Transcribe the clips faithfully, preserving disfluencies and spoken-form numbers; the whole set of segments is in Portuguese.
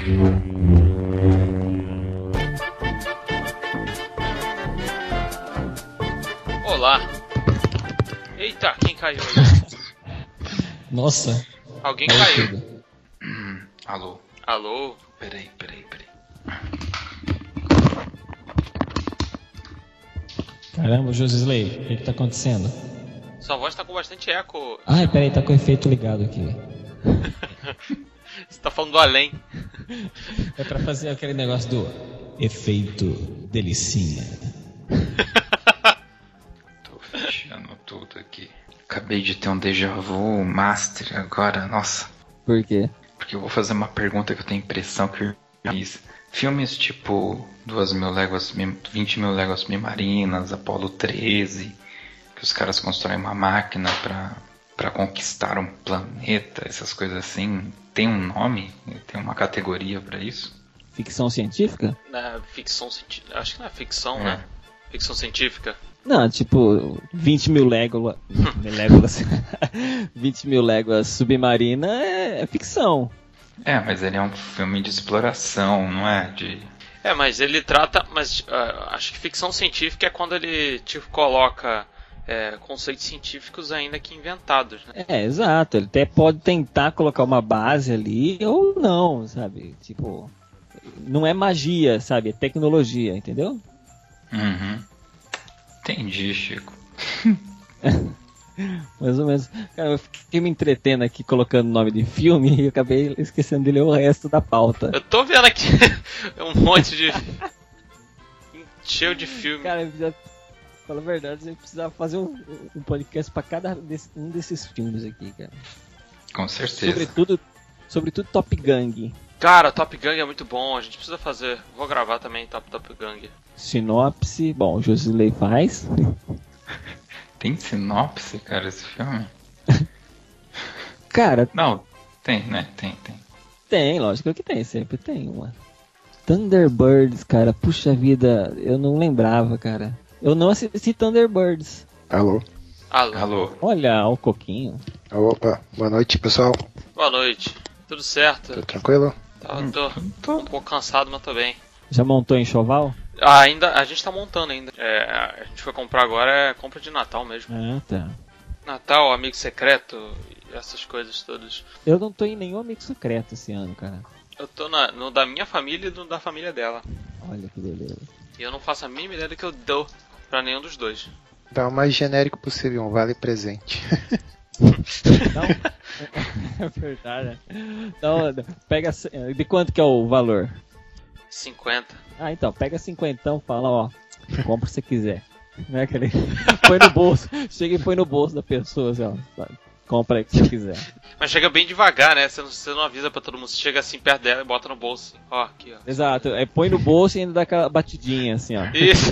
Olá. Eita, quem caiu aí? Nossa. Alguém caiu. Hum, alô. Alô? Peraí, peraí, peraí. Caramba, Josisley, o que que tá acontecendo? Sua voz tá com bastante eco. Ai, peraí, tá com o efeito ligado aqui. Você tá falando do além. É pra fazer aquele negócio do efeito delicinha. Tô fechando tudo aqui. Acabei de ter um déjà vu master agora, nossa. Por quê? Porque eu vou fazer uma pergunta que eu tenho impressão que eu já fiz. Filmes tipo duas mil léguas, vinte mil léguas submarinas, Apolo treze, que os caras constroem uma máquina pra, pra conquistar um planeta, essas coisas assim, tem um nome? Tem uma categoria pra isso? Ficção científica? Na ficção científica. Acho que não é ficção, É. né? Ficção científica. Não, tipo, vinte mil léguas. léguas vinte mil léguas submarina é, é ficção. É, mas ele é um filme de exploração, não é? De... É, mas ele trata. Mas uh, acho que ficção científica é quando ele tipo, coloca é, conceitos científicos ainda que inventados, né? É, exato. Ele até pode tentar colocar uma base ali ou não, sabe? Tipo, não é magia, sabe? É tecnologia, entendeu? Uhum. Entendi, Chico. Mais ou menos. Cara, eu fiquei me entretendo aqui colocando nome de filme e eu acabei esquecendo de ler o resto da pauta. Eu tô vendo aqui um monte de. cheio de filme. Cara, eu já, fala a verdade, eu precisava fazer um, um podcast pra cada desse, um desses filmes aqui, cara. Com certeza. Sobretudo, sobretudo Top Gang. Cara, Top Gun é muito bom, a gente precisa fazer. Vou gravar também Top Top Gun. Sinopse, bom, o Josilei faz. Tem sinopse, cara, esse filme? Cara, Não, tem, né? Tem, tem. tem, lógico que tem, sempre tem uma. Thunderbirds, cara, puxa vida, eu não lembrava, cara. Eu não assisti Thunderbirds. Alô? Alô. Alô? Olha, o Coquinho. Opa, boa noite, pessoal. Boa noite. Tudo certo? Tudo tranquilo? Tá, tô, tô um pouco cansado, mas tô bem. Já montou enxoval? Ah, ainda, a gente tá montando ainda. É, a gente foi comprar agora, é compra de Natal mesmo. Ah, tá. Natal, amigo secreto e essas coisas todas. Eu não tô em nenhum amigo secreto esse ano, cara. Eu tô na, no da minha família e no da família dela. Olha que beleza. E eu não faço a mínima ideia do que eu dou pra nenhum dos dois. Dá o mais genérico possível, um vale presente. Então, é verdade. Então, pega. De quanto que é o valor? cinquenta. Ah, então, pega cinquentão, fala, ó, compra se quiser. Não é aquele. Põe no bolso, chega e põe no bolso da pessoa, assim, ó. Compra aí o que você quiser. Mas chega bem devagar, né? Você não, você não avisa pra todo mundo. Você chega assim perto dela e bota no bolso. Ó, aqui, ó. Exato, é, põe no bolso e ainda dá aquela batidinha, assim, ó. Isso.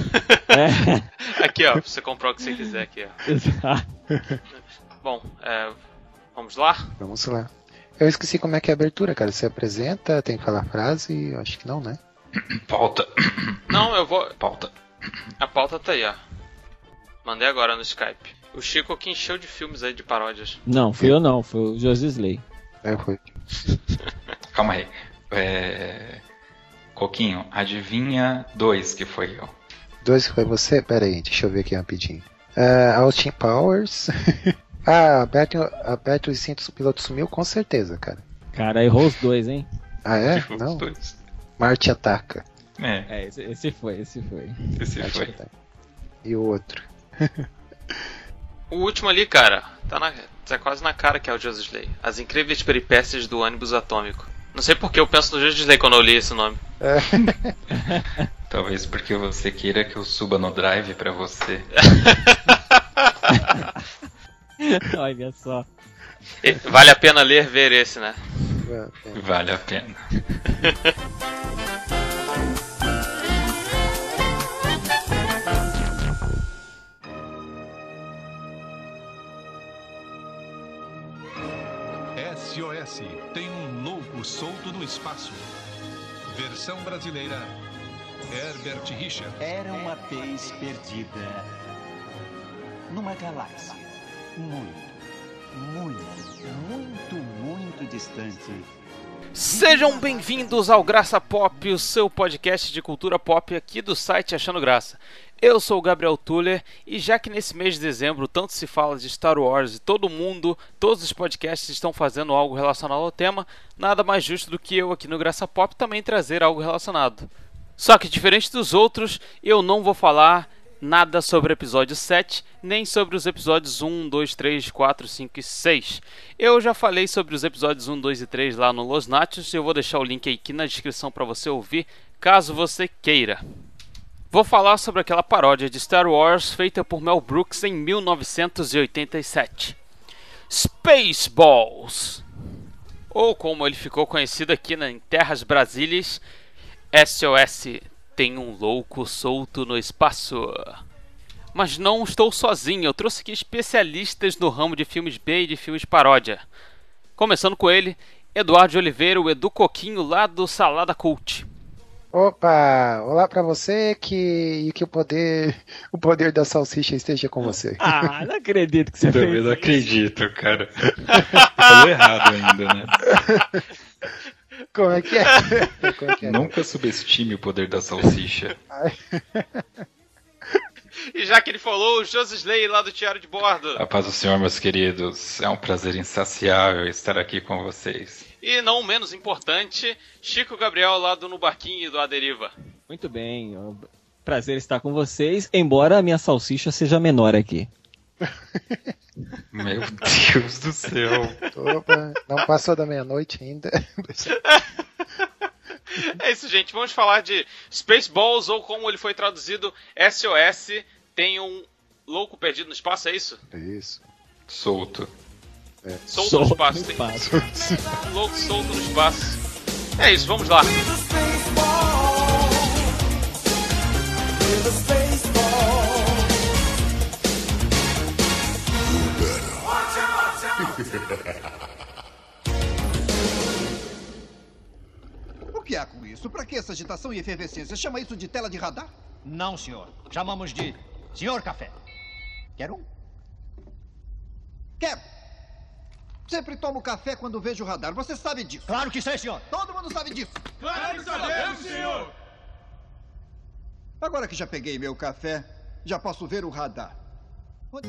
É. Aqui, ó, pra você comprar o que você quiser aqui, ó. Exato. Bom, é, vamos lá? Vamos lá. Eu esqueci como é que é a abertura, cara. Você apresenta, tem que falar a frase, eu acho que não, né? Pauta. Não, eu vou... Pauta. A pauta tá aí, ó. Mandei agora no Skype. O Chico que encheu de filmes aí, de paródias. Não, fui eu não, foi o Josisley. É, foi. Calma aí. É... Coquinho, adivinha dois que foi eu. Dois foi você? Pera aí, deixa eu ver aqui rapidinho. Uh, Austin Powers. ah, aperte, aperte os cintos, o piloto sumiu, com certeza, cara. Cara, errou os dois, hein? Ah, é? Os Não. dois. Marte Ataca. É, É, esse, esse foi, esse foi. esse Marte foi. Ataca. E o outro? O último ali, cara, tá, na, tá quase na cara que é o Josisley. As Incríveis Peripécias do Ônibus Atômico. Não sei porque eu penso no Josisley quando eu li esse nome. É. Talvez porque você queira que eu suba no drive pra você. Olha só. E vale a pena ler, ver esse, né? Vale a pena. S O S tem um louco solto no espaço. Versão brasileira, Herbert Richards. Era uma vez perdida numa galáxia muito, muito, muito, muito distante. Sejam bem-vindos ao Graça Pop, o seu podcast de cultura pop aqui do site Achando Graça. Eu sou o Gabriel Tuller e já que nesse mês de dezembro tanto se fala de Star Wars e todo mundo, todos os podcasts estão fazendo algo relacionado ao tema, nada mais justo do que eu aqui no Graça Pop também trazer algo relacionado. Só que diferente dos outros, eu não vou falar nada sobre o episódio sete, nem sobre os episódios um, dois, três, quatro, cinco e seis. Eu já falei sobre os episódios um, dois e três lá no Los Nachos e eu vou deixar o link aqui na descrição para você ouvir, caso você queira. Vou falar sobre aquela paródia de Star Wars feita por Mel Brooks em mil novecentos e oitenta e sete. Spaceballs! Ou como ele ficou conhecido aqui em terras brasílias, S O S, tem um louco solto no espaço. Mas não estou sozinho, eu trouxe aqui especialistas no ramo de filmes B e de filmes paródia. Começando com ele, Eduardo de Oliveira, o Edu Coquinho lá do Salada Cult. Opa, olá pra você que, e que o poder, o poder da salsicha esteja com você. Ah, não acredito que você Também fez não isso. acredito, cara. Falou errado ainda, né? Como é que é? Como é que é? Nunca subestime o poder da salsicha. E já que ele falou, o José Slay lá do Diário de Bordo. A paz do Senhor, meus queridos. É um prazer insaciável estar aqui com vocês. E não menos importante, Chico Gabriel lá do No Barquinho e do A Deriva. Muito bem, ó, prazer estar com vocês, embora a minha salsicha seja menor aqui. Meu Deus do céu. Opa, não passou da meia-noite ainda. É isso, gente. Vamos falar de Spaceballs, ou como ele foi traduzido, S O S, tem um louco perdido no espaço, é isso? Isso. Solto. É. Solto, Solto no espaço. no Tem espaço. um louco solto no espaço. É isso, vamos lá. O que há com isso? Pra que essa agitação e efervescência? Chama isso de tela de radar? Não, senhor. Chamamos de Senhor Café. Quer um? Quero! Sempre tomo café quando vejo o radar. Você sabe disso. Claro que sei, senhor. Todo mundo sabe disso. Claro que sabemos, senhor! Agora que já peguei meu café, já posso ver o radar. Onde-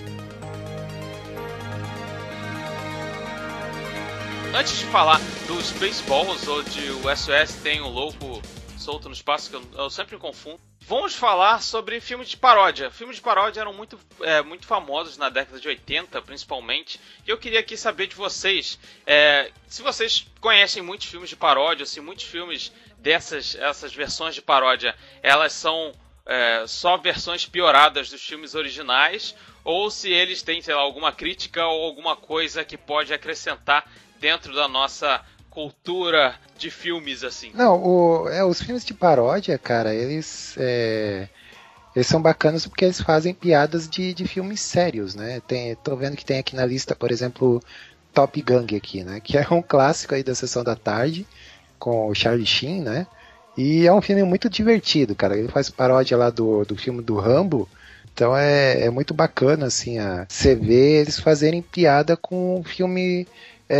Antes de falar do Spaceballs ou de o S O S tem um louco solto no espaço, que eu, eu sempre confundo, vamos falar sobre filmes de paródia. Filmes de paródia eram muito, é, muito famosos na década de oitenta, principalmente. E eu queria aqui saber de vocês, é, se vocês conhecem muitos filmes de paródia, se muitos filmes dessas essas versões de paródia, elas são é, só versões pioradas dos filmes originais, ou se eles têm, sei lá, alguma crítica ou alguma coisa que pode acrescentar dentro da nossa cultura de filmes, assim. Não, o, é, os filmes de paródia, cara, eles, é, eles são bacanas porque eles fazem piadas de, de filmes sérios, né? Tem, tô vendo que tem aqui na lista, por exemplo, Top Gang aqui, né? Que é um clássico aí da Sessão da Tarde, com o Charlie Sheen, né? E é um filme muito divertido, cara. Ele faz paródia lá do, do filme do Rambo. Então é, é muito bacana, assim, a, você vê eles fazerem piada com um filme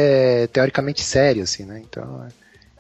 é, teoricamente sério, assim, né? Então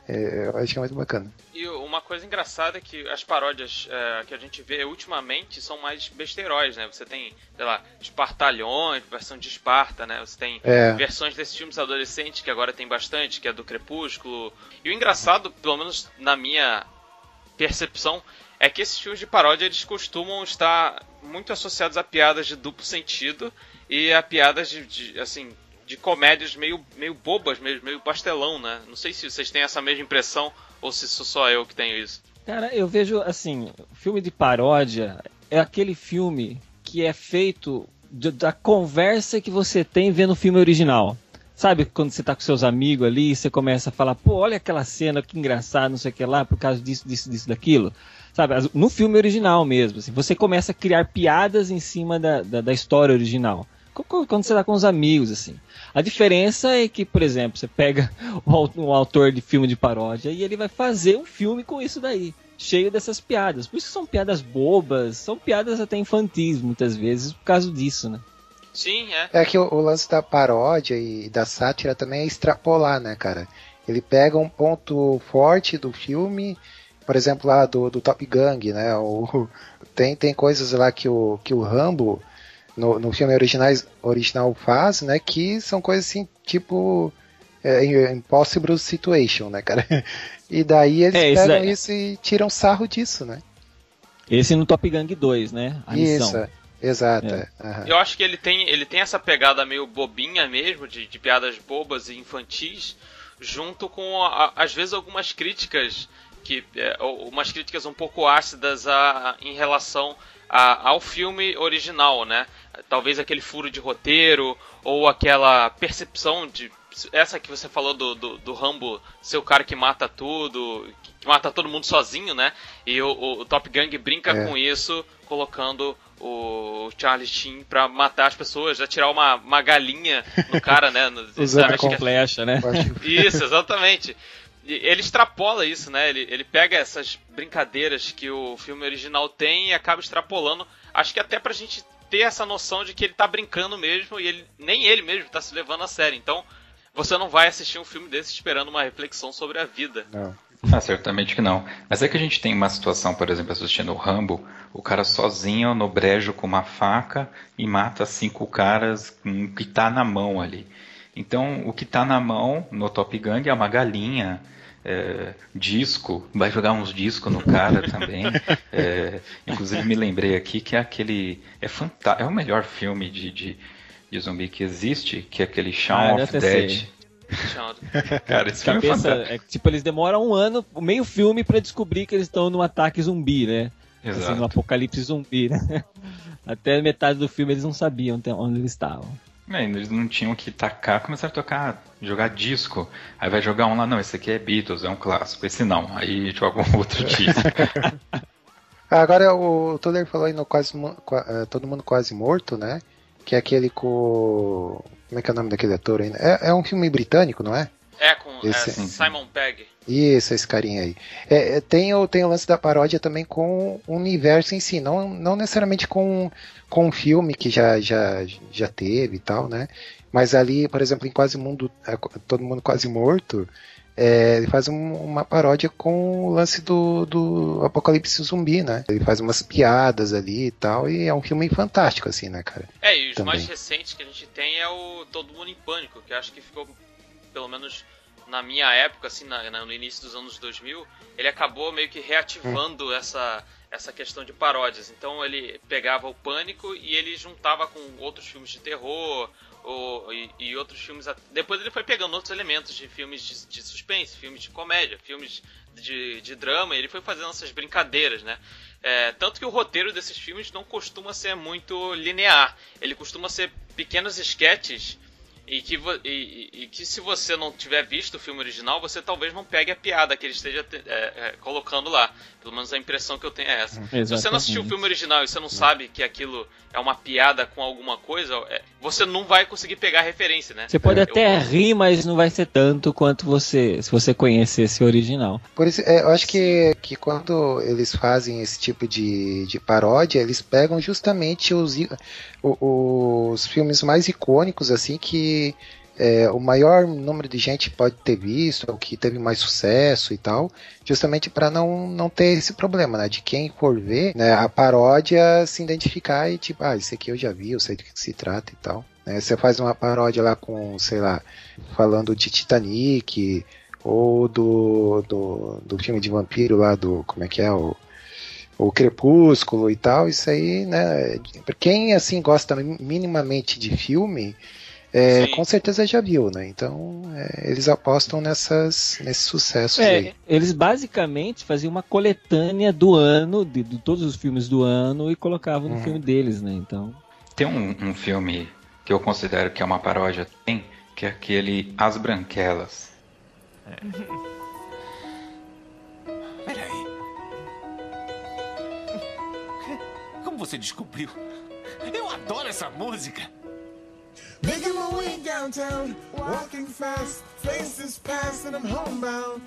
é, eu acho que é muito bacana. E uma coisa engraçada é que as paródias é, que a gente vê ultimamente são mais besteiróis, né? Você tem, sei lá, Espartalhões, versão de Esparta, né? Você tem É. versões desses filmes adolescentes, que agora tem bastante, que é do Crepúsculo. E o engraçado, pelo menos na minha percepção, é que esses filmes de paródia, eles costumam estar muito associados a piadas de duplo sentido e a piadas de, de assim, de comédias meio, meio bobas, meio, meio pastelão, né? Não sei se vocês têm essa mesma impressão ou se sou só eu que tenho isso. Cara, eu vejo assim, filme de paródia é aquele filme que é feito de- da conversa que você tem vendo o filme original. Sabe quando você tá com seus amigos ali e você começa a falar, pô, olha aquela cena, que engraçado, não sei o que lá, por causa disso, disso, disso, daquilo. Sabe, as- no filme original mesmo, assim, você começa a criar piadas em cima da, da, da história original. Co- co- Quando você tá com os amigos, assim. A diferença é que, por exemplo, você pega um au- um autor de filme de paródia e ele vai fazer um filme com isso daí, cheio dessas piadas. Por isso que são piadas bobas, são piadas até infantis, muitas vezes, por causa disso, né? Sim, é. É que o, o lance da paródia e da sátira também é extrapolar, né, cara? Ele pega um ponto forte do filme, por exemplo, lá do, do Top Gun, né? O, tem, tem coisas lá que o, que o Rambo, no, no filme original, original faz, né? Que são coisas assim, tipo é, Impossible Situation, né, cara? E daí eles é, pegam daí... isso e tiram sarro disso, né? Esse no Top Gun dois, né? A isso, missão. Exato. É. Uhum. Eu acho que ele tem, ele tem essa pegada meio bobinha mesmo, de, de piadas bobas e infantis, junto com, a, às vezes, algumas críticas, que, é, umas críticas um pouco ácidas a, em relação a, ao filme original, né? Talvez aquele furo de roteiro, ou aquela percepção de... Essa que você falou do, do, do Rambo ser o cara que mata tudo, que mata todo mundo sozinho, né? E o, o Top Gun brinca é. com isso, colocando o Charlie Sheen pra matar as pessoas, atirar uma, uma galinha no cara, né? Usando com flecha, né? Isso, exatamente. E ele extrapola isso, né? Ele, ele pega essas brincadeiras que o filme original tem e acaba extrapolando. Acho que até pra gente ter essa noção de que ele tá brincando mesmo e ele, nem ele mesmo tá se levando a sério. Então, você não vai assistir um filme desse esperando uma reflexão sobre a vida. Não. Ah, certamente que não. Mas é que a gente tem uma situação, por exemplo, assistindo o Rambo, o cara sozinho no brejo com uma faca e mata cinco caras com o que tá na mão ali. Então, o que tá na mão no Top Gun é uma galinha, é, disco, vai jogar uns discos no cara também. É, inclusive me lembrei aqui que é aquele... É, fanta- é o melhor filme de... de de zumbi que existe, que é aquele Shaun ah, of Dead. Cara, esse filme é fantástico. É, tipo, eles demoram um ano, meio filme, pra descobrir que eles estão num ataque zumbi, né? Exato. Assim, no apocalipse zumbi, né? Até metade do filme eles não sabiam onde eles estavam. É, eles não tinham que tacar, começaram a tocar, jogar disco. Aí vai jogar um lá, não, esse aqui é Beatles, é um clássico. Esse não, aí joga um outro disco. Agora o Tuller falou aí no quase, Todo Mundo Quase Morto, né? Que é aquele com... Como é que é o nome daquele ator ainda? É, é um filme britânico, não é? É, com esse... é, Simon Pegg. Isso, esse carinha aí. É, tem, o, tem o lance da paródia também com o universo em si. Não, não necessariamente com, com um filme que já, já, já teve e tal, né? Mas ali, por exemplo, em Quase Mundo... Todo Mundo Quase Morto... É, ele faz um, uma paródia com o lance do, do Apocalipse Zumbi, né? Ele faz umas piadas ali e tal, e é um filme fantástico, assim, né, cara? É, e os também. mais recentes que a gente tem é o Todo Mundo em Pânico, que eu acho que ficou, pelo menos na minha época, assim, na, na, no início dos anos dois mil, ele acabou meio que reativando hum. essa, essa questão de paródias. Então ele pegava o Pânico e ele juntava com outros filmes de terror... O, e, e outros filmes. Depois ele foi pegando outros elementos de filmes de, de suspense, filmes de comédia, filmes de, de drama, e ele foi fazendo essas brincadeiras, né? É, tanto que o roteiro desses filmes não costuma ser muito linear. Ele costuma ser pequenos esquetes e que, e, e que se você não tiver visto o filme original, você talvez não pegue a piada que ele esteja é, é, colocando lá. Pelo menos a impressão que eu tenho é essa. Exatamente. Se você não assistiu o filme original e você não sabe que aquilo é uma piada com alguma coisa, é, você não vai conseguir pegar a referência, né? Você pode eu, até eu... rir, mas não vai ser tanto quanto você, se você conhecer esse original. Por isso, é, eu acho que, que quando eles fazem esse tipo de, de paródia, eles pegam justamente os, os, os filmes mais icônicos, assim, que é, o maior número de gente pode ter visto, ou que teve mais sucesso e tal, justamente para não, não ter esse problema, né? De quem for ver, né, a paródia se identificar e tipo, ah, isso aqui eu já vi, eu sei do que se trata e tal. Né? Você faz uma paródia lá com, sei lá, falando de Titanic, ou do, do, do filme de vampiro lá, do, como é que é, o, o Crepúsculo e tal, isso aí, né, pra quem assim gosta minimamente de filme, É, com certeza já viu, né? Então é, eles apostam nessas, nesses sucessos é, aí. Eles basicamente faziam uma coletânea do ano, de, de todos os filmes do ano, e colocavam no uhum. filme deles, né? Então... Tem um, um filme que eu considero que é uma paródia, tem, que é aquele As Branquelas. É. Peraí. Como você descobriu? Eu adoro essa música! Making my way downtown, walking fast, faces pass and I'm homebound.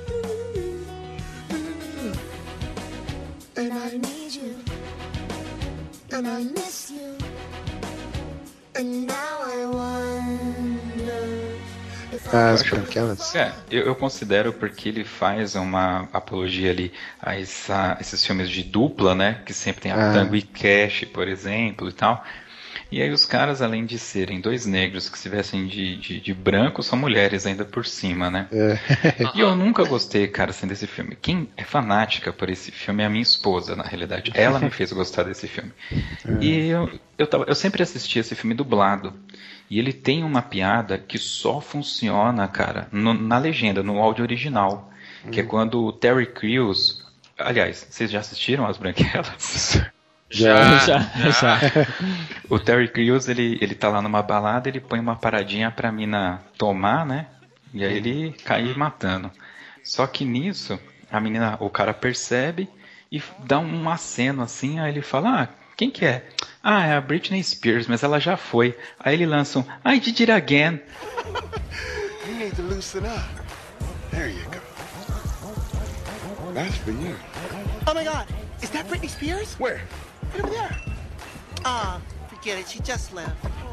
And I need you, and I miss you, and now I wonder if As branquelas? É, eu, eu considero porque ele faz uma apologia ali a, essa, esses filmes de dupla, né? Que sempre tem a Ah. Tango e Cash, por exemplo, e tal. E aí os caras, além de serem dois negros que se vestem de, de, de branco, são mulheres ainda por cima, né? É. E eu nunca gostei, cara, assim, desse filme. Quem é fanática por esse filme é a minha esposa, na realidade. Ela me fez gostar desse filme. E eu, eu, tava, eu sempre assisti esse filme dublado. E ele tem uma piada que só funciona, cara, no, na legenda, no áudio original. Que é quando o Terry Crews... Aliás, vocês já assistiram As Branquelas? Já, já, já. O Terry Crews, ele, ele tá lá numa balada, ele põe uma paradinha pra mina tomar, né? E aí ele cai matando. Só que nisso, a menina, o cara percebe e dá um aceno assim, aí ele fala, ah, quem que é? Ah, é a Britney Spears, mas ela já foi. Aí ele lança um, I did it again. You need to loosen up. There you go. That's for you. Oh my God, is that Britney Spears? Where? Right over there. Ah, forget it, she just left.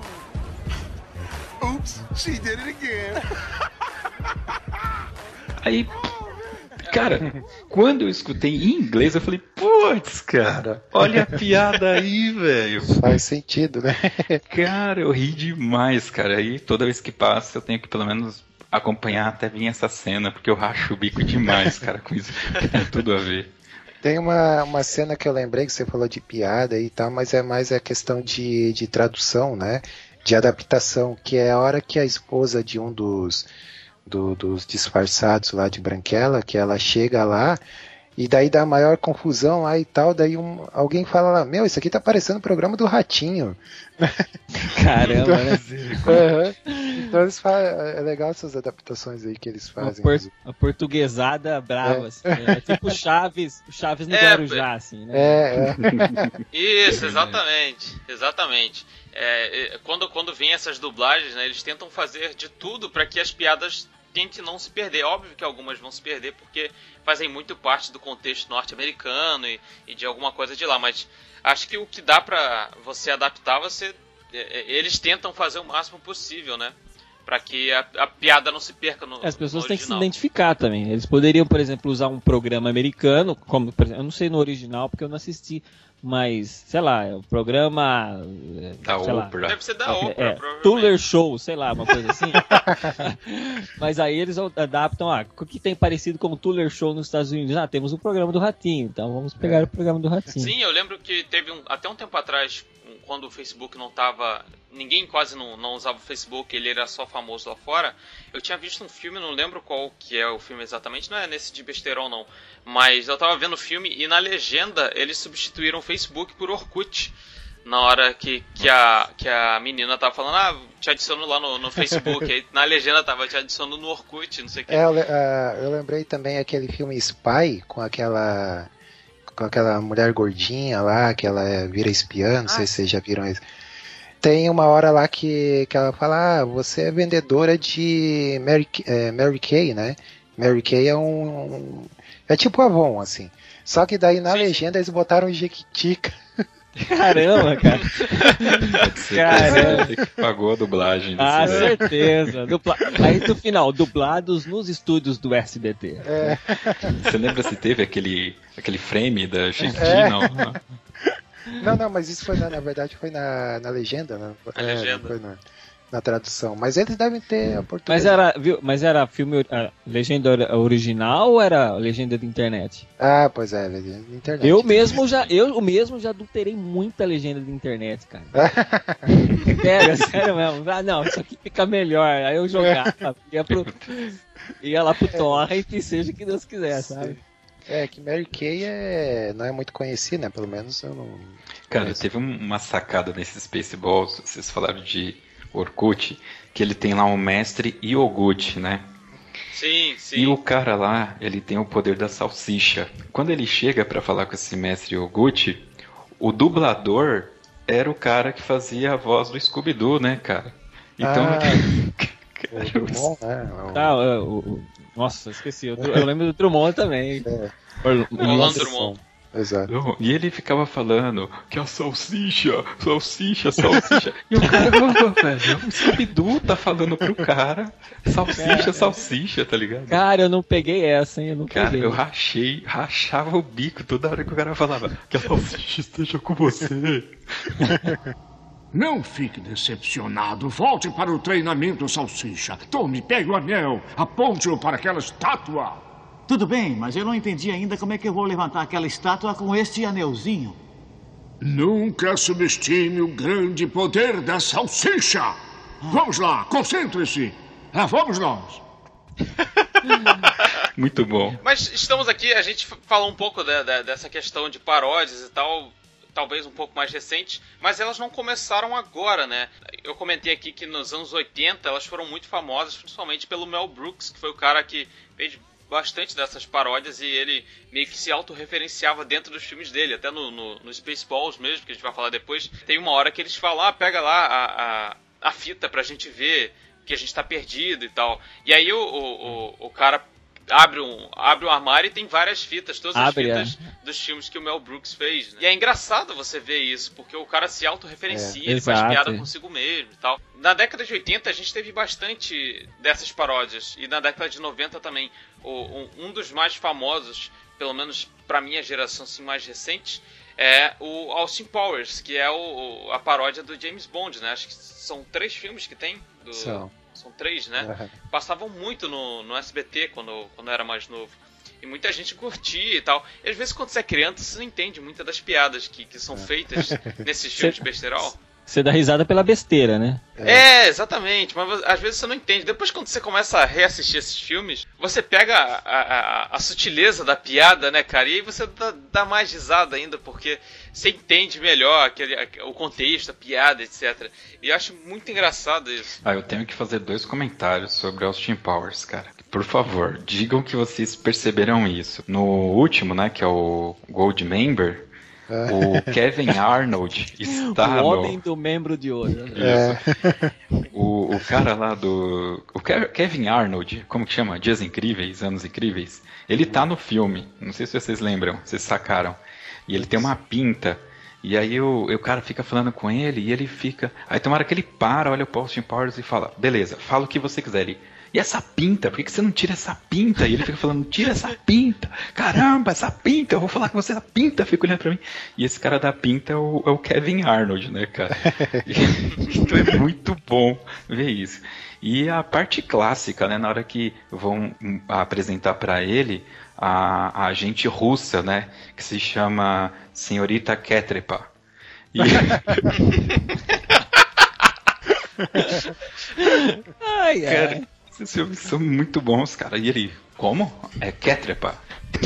Oops, she did it again. Aí, cara, quando eu escutei em inglês, eu falei, putz, cara, olha a piada aí, velho. Faz sentido, né? Cara, eu ri demais, cara. Aí toda vez que passa, eu tenho que pelo menos acompanhar até vir essa cena, porque eu racho o bico demais, cara, com isso, porque tem tudo a ver. Tem uma, uma cena que eu lembrei que você falou de piada e tal, mas é mais a questão de, de tradução, né? De adaptação, que é a hora que a esposa de um dos, do, dos disfarçados lá de Branquela, que ela chega lá e daí dá maior confusão lá e tal, daí um, alguém fala lá, meu, isso aqui tá parecendo o programa do Ratinho. Caramba, né? Uhum. Então eles fazem, é legal essas adaptações aí que eles fazem. Uma, por, uma portuguesada brava, É. assim, né? É tipo Chaves, Chaves no É, Guarujá, assim, né? É, é. Isso, exatamente. Exatamente. É, é, quando, quando vem essas dublagens, né, eles tentam fazer de tudo para que as piadas tentem não se perder. Óbvio que algumas vão se perder porque fazem muito parte do contexto norte-americano e, e de alguma coisa de lá, mas acho que o que dá pra você adaptar, você, é, eles tentam fazer o máximo possível, né? Pra que a, a piada não se perca no As pessoas no têm que se original. identificar também. Eles poderiam, por exemplo, usar um programa americano, como, por exemplo, eu não sei no original porque eu não assisti, mas, sei lá, o programa... Da sei lá, Oprah. Deve ser da é, Oprah, é, provavelmente. Tuller Show, sei lá, uma coisa assim. Mas aí eles adaptam, ah, o que tem parecido com o Tuller Show nos Estados Unidos? Ah, temos o programa do Ratinho, então vamos pegar o programa do Ratinho. Sim, eu lembro que teve um, até um tempo atrás, quando o Facebook não tava... Ninguém quase não, não usava o Facebook, ele era só famoso lá fora. Eu tinha visto um filme, não lembro qual que é o filme exatamente, não é nesse de besteirão não. Mas eu tava vendo o filme e na legenda eles substituíram o Facebook por Orkut. Na hora que, que, a, que a menina tava falando, ah, te adiciono lá no, no Facebook. Aí na legenda tava te adicionando no Orkut, não sei o que. É, eu, le- ah, eu lembrei também aquele filme Spy, com aquela com aquela mulher gordinha lá, que ela é- vira espiã, não sei se vocês já viram isso. Tem uma hora lá que, que ela fala, ah, você é vendedora de Mary, é, Mary Kay, né? Mary Kay é um, um- é tipo Avon, assim. Só que daí na Sim, sim. legenda eles botaram Jequitica. Caramba, cara. Você Caramba. que pagou a dublagem. Ah, desse- certeza. Dupla... Aí no final, dublados nos estúdios do S B T. É, Você lembra se teve aquele, aquele frame da Jequiti? É. Não. não, não, mas isso foi na, na verdade foi na, na legenda, né? Na É, legenda. não foi na, na tradução. Mas eles devem ter a português. Mas era, viu, mas era filme a legenda ori- original ou era legenda de internet? Ah, pois é, legenda na internet. Eu mesmo já, eu mesmo já adulterei muita legenda de internet, cara. Sério, sério mesmo. Ah, não, isso aqui fica melhor. Aí eu jogava, ia, pro, ia lá pro torrent e seja o que Deus quiser, sabe? É, que Mary Kay é, não é muito conhecida, né? Pelo menos eu não... Cara, conheço. teve um- uma sacada nesse Spaceballs, vocês falaram de Orkut, que ele tem lá um mestre Yogut, né? Sim, sim. E o cara lá, ele tem o poder da salsicha. Quando ele chega pra falar com esse mestre Yogut, o dublador era o cara que fazia a voz do Scooby-Doo, né, cara? Então... Ah, cara, o Drummond, né? O- Tá, o- o- nossa, esqueci. Eu, eu lembro do Drummond também. É. Orla- Orlando Nossa, Drummond. Exato. Não, e ele ficava falando que a salsicha, salsicha, salsicha. E o cara, velho, o Scooby-Doo tá falando pro cara, salsicha, cara, salsicha, tá ligado? Cara, eu não peguei essa, hein? Eu não cara, peguei. eu rachei, rachava o bico toda hora que o cara falava que a salsicha esteja com você. Não fique decepcionado. Volte para o treinamento, salsicha. Tome, pegue o anel. Aponte-o para aquela estátua. Tudo bem, mas eu não entendi ainda como é que eu vou levantar aquela estátua com este anelzinho. Nunca subestime o grande poder da salsicha. Ah. Vamos lá, concentre-se. Lá vamos nós. Muito bom. Mas estamos aqui, a gente falou um pouco da, da, dessa questão de paródias e tal, talvez um pouco mais recente, mas elas não começaram agora, né? Eu comentei aqui que nos anos oitenta elas foram muito famosas, principalmente pelo Mel Brooks, que foi o cara que fez bastante dessas paródias e ele meio que se autorreferenciava dentro dos filmes dele, até no, no, no Spaceballs mesmo, que a gente vai falar depois. Tem uma hora que eles falam, ah, pega lá a, a, a fita pra gente ver que a gente tá perdido e tal. E aí o, o, o, o cara abre um, abre um armário e tem várias fitas, todas abre, as fitas é. dos filmes que o Mel Brooks fez, né? E é engraçado você ver isso, porque o cara se autorreferencia, é, ele faz piada consigo mesmo e tal. Na década de oitenta a gente teve bastante dessas paródias, e na década de noventa também. O, um, um dos mais famosos, pelo menos pra minha geração assim, mais recente, é o Austin Powers, que é o, a paródia do James Bond, né? Acho que são três filmes que tem. Do, são. São três, né? Uhum. Passavam muito no, no S B T quando, quando eu era mais novo. E muita gente curtia e tal. E às vezes quando você é criança, você não entende muitas das piadas que, que são feitas nesses filmes de besterol. Você dá risada pela besteira, né? É, exatamente, mas às vezes você não entende. Depois quando você começa a reassistir esses filmes, você pega a, a, a sutileza da piada, né, cara? E aí você dá, dá mais risada ainda, porque você entende melhor aquele, o contexto, a piada, etcétera. E eu acho muito engraçado isso. Ah, eu tenho que fazer dois comentários sobre Austin Powers, cara. Por favor, digam que vocês perceberam isso. No último, né, que é o Goldmember, o Kevin Arnold está o homem no... do membro de ouro. É. O, o cara lá do... O Kevin Arnold, como que chama? Dias Incríveis, Anos Incríveis. Ele tá no filme. Não sei se vocês lembram, vocês sacaram. E ele tem uma pinta. E aí o, o cara fica falando com ele e ele fica... Aí tem uma hora que ele para, olha o Austin Powers e fala, beleza, fala o que você quiser. Ele... E essa pinta? Por que você não tira essa pinta? E ele fica falando, tira essa pinta. Caramba, essa pinta. Eu vou falar com você, a pinta. Fica olhando pra mim. E esse cara da pinta é o, é o Kevin Arnold, né, cara? Então é muito bom ver isso. E a parte clássica, né? Na hora que vão apresentar pra ele a, a agente russa, né? Que se chama Senhorita Ketrepa. E... ai, ai. Cara, esses filmes são muito bons, cara. E ele, como? É Ketrepa.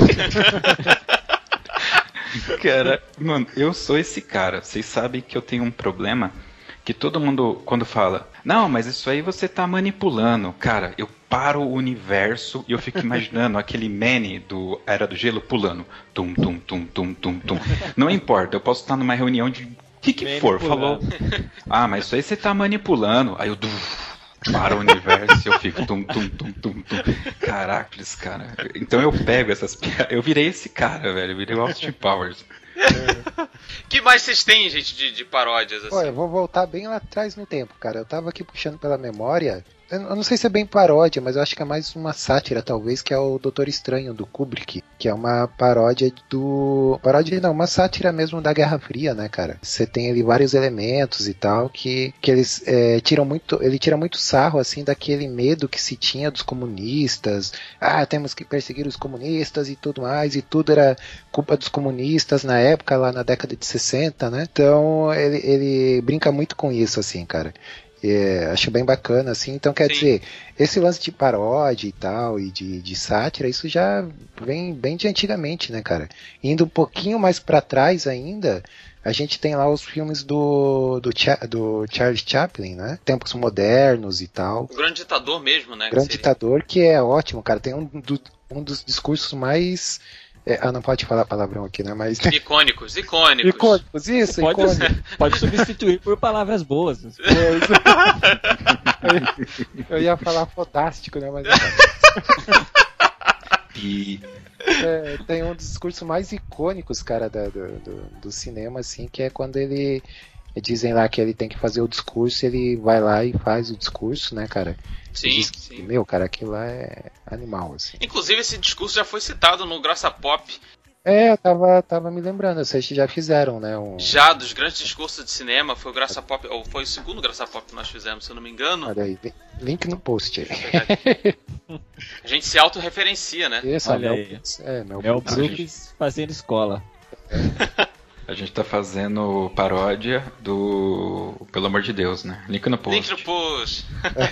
Cara, mano, eu sou esse cara. Vocês sabem que eu tenho um problema que todo mundo, quando fala, não, mas isso aí você tá manipulando. Cara, eu paro o universo e eu fico imaginando aquele Manny do Era do Gelo pulando. Tum, tum, tum, tum, tum, tum. Não importa, eu posso estar numa reunião de... O que que for? Falou, ah, mas isso aí você tá manipulando. Aí eu... Para o universo e eu fico tum, tum, tum, tum, tum. Caracoles, cara. Então eu pego essas piadas. Eu virei esse cara, velho. Eu virei o Austin Powers. É. Que mais vocês têm, gente, de, de paródias? Assim? Olha, eu vou voltar bem lá atrás no tempo, cara. Eu tava aqui puxando pela memória. Eu não sei se é bem paródia, mas eu acho que é mais uma sátira, talvez, que é o Doutor Estranho, do Kubrick, que é uma paródia do... Paródia não, uma sátira mesmo da Guerra Fria, né, cara? Você tem ali vários elementos e tal, que, que eles é, tiram muito... Ele tira muito sarro, assim, daquele medo que se tinha dos comunistas. Ah, temos que perseguir os comunistas e tudo mais, e tudo era culpa dos comunistas na época, lá na década de sessenta, né? Então, ele, ele brinca muito com isso, assim, cara. É, acho bem bacana, assim. Então, quer Sim. dizer, esse lance de paródia e tal, e de, de sátira, isso já vem bem de antigamente, né, cara? Indo um pouquinho mais pra trás ainda, a gente tem lá os filmes do, do, do Charles Chaplin, né? Tempos Modernos e tal. O Grande Ditador mesmo, né? O Grande Ditador, que é ótimo, cara. Tem um, do, um dos discursos mais... É, ah, não pode falar palavrão aqui, né? Mas... Icônicos, icônicos. Icônicos, isso, pode, icônicos. Pode substituir por palavras boas. Eu ia falar fodástico, né? Mas... E... É, tem um dos discursos mais icônicos, cara, da, do, do, do cinema, assim, que é quando ele... Dizem lá que ele tem que fazer o discurso, ele vai lá e faz o discurso, né, cara? Sim, diz, sim. Meu, cara, aquilo lá é animal, assim. Inclusive, esse discurso já foi citado no Graça Pop. É, eu tava, tava me lembrando, vocês já fizeram, né? Um... Já, dos grandes discursos de cinema, foi o Graça Pop, ou foi o segundo Graça Pop que nós fizemos, se eu não me engano. Olha aí, link no post aí. A gente se autorreferencia, né? Isso, Olha Mel, aí. é, Mel, Mel Brooks. Brooks fazendo escola. A gente tá fazendo paródia do... Pelo amor de Deus, né? Link no post. Link no post.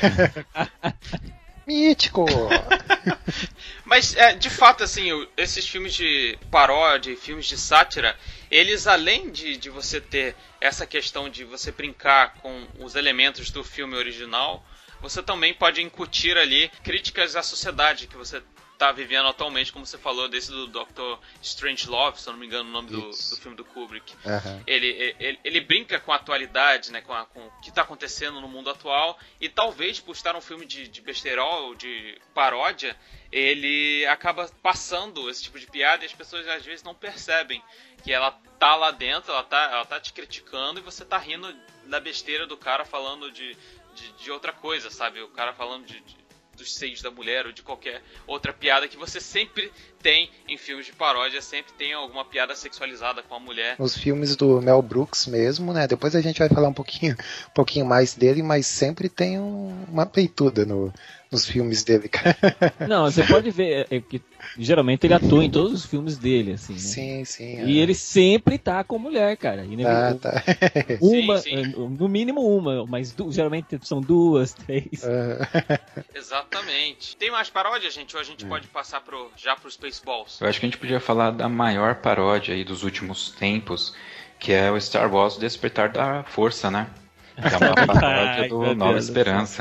Mítico! Mas, é, de fato, assim, esses filmes de paródia e filmes de sátira, eles, além de, de você ter essa questão de você brincar com os elementos do filme original, você também pode incutir ali críticas à sociedade que você tá vivendo atualmente, como você falou, desse do doutor Strangelove, se eu não me engano o nome do, do filme do Kubrick. Uhum. Ele, ele, ele brinca com a atualidade, né, com, a, com o que está acontecendo no mundo atual, e talvez por estar um filme de, de besterol, de paródia, ele acaba passando esse tipo de piada e as pessoas às vezes não percebem que ela tá lá dentro, ela tá, ela tá te criticando e você tá rindo da besteira do cara falando de, de, de outra coisa, sabe? O cara falando de, de dos seios da mulher ou de qualquer outra piada que você sempre tem em filmes de paródia, sempre tem alguma piada sexualizada com a mulher. Os filmes do Mel Brooks mesmo, né? Depois a gente vai falar um pouquinho, um pouquinho mais dele, mas sempre tem um, uma peituda no, nos filmes dele, cara. Não, você pode ver é que geralmente ele atua em todos os filmes dele, assim, né? Sim, sim. E é. ele sempre tá com mulher, cara. Tá, tá. Uma, sim, sim. no mínimo uma, mas du- geralmente são duas, três. Uh... Exatamente. Tem mais paródia, gente? Ou a gente é. pode passar pro, já pro Spaceballs? Eu acho que a gente podia falar da maior paródia aí dos últimos tempos, que é o Star Wars Despertar da Força, né? Que é uma paródia Ai, do Nova Esperança.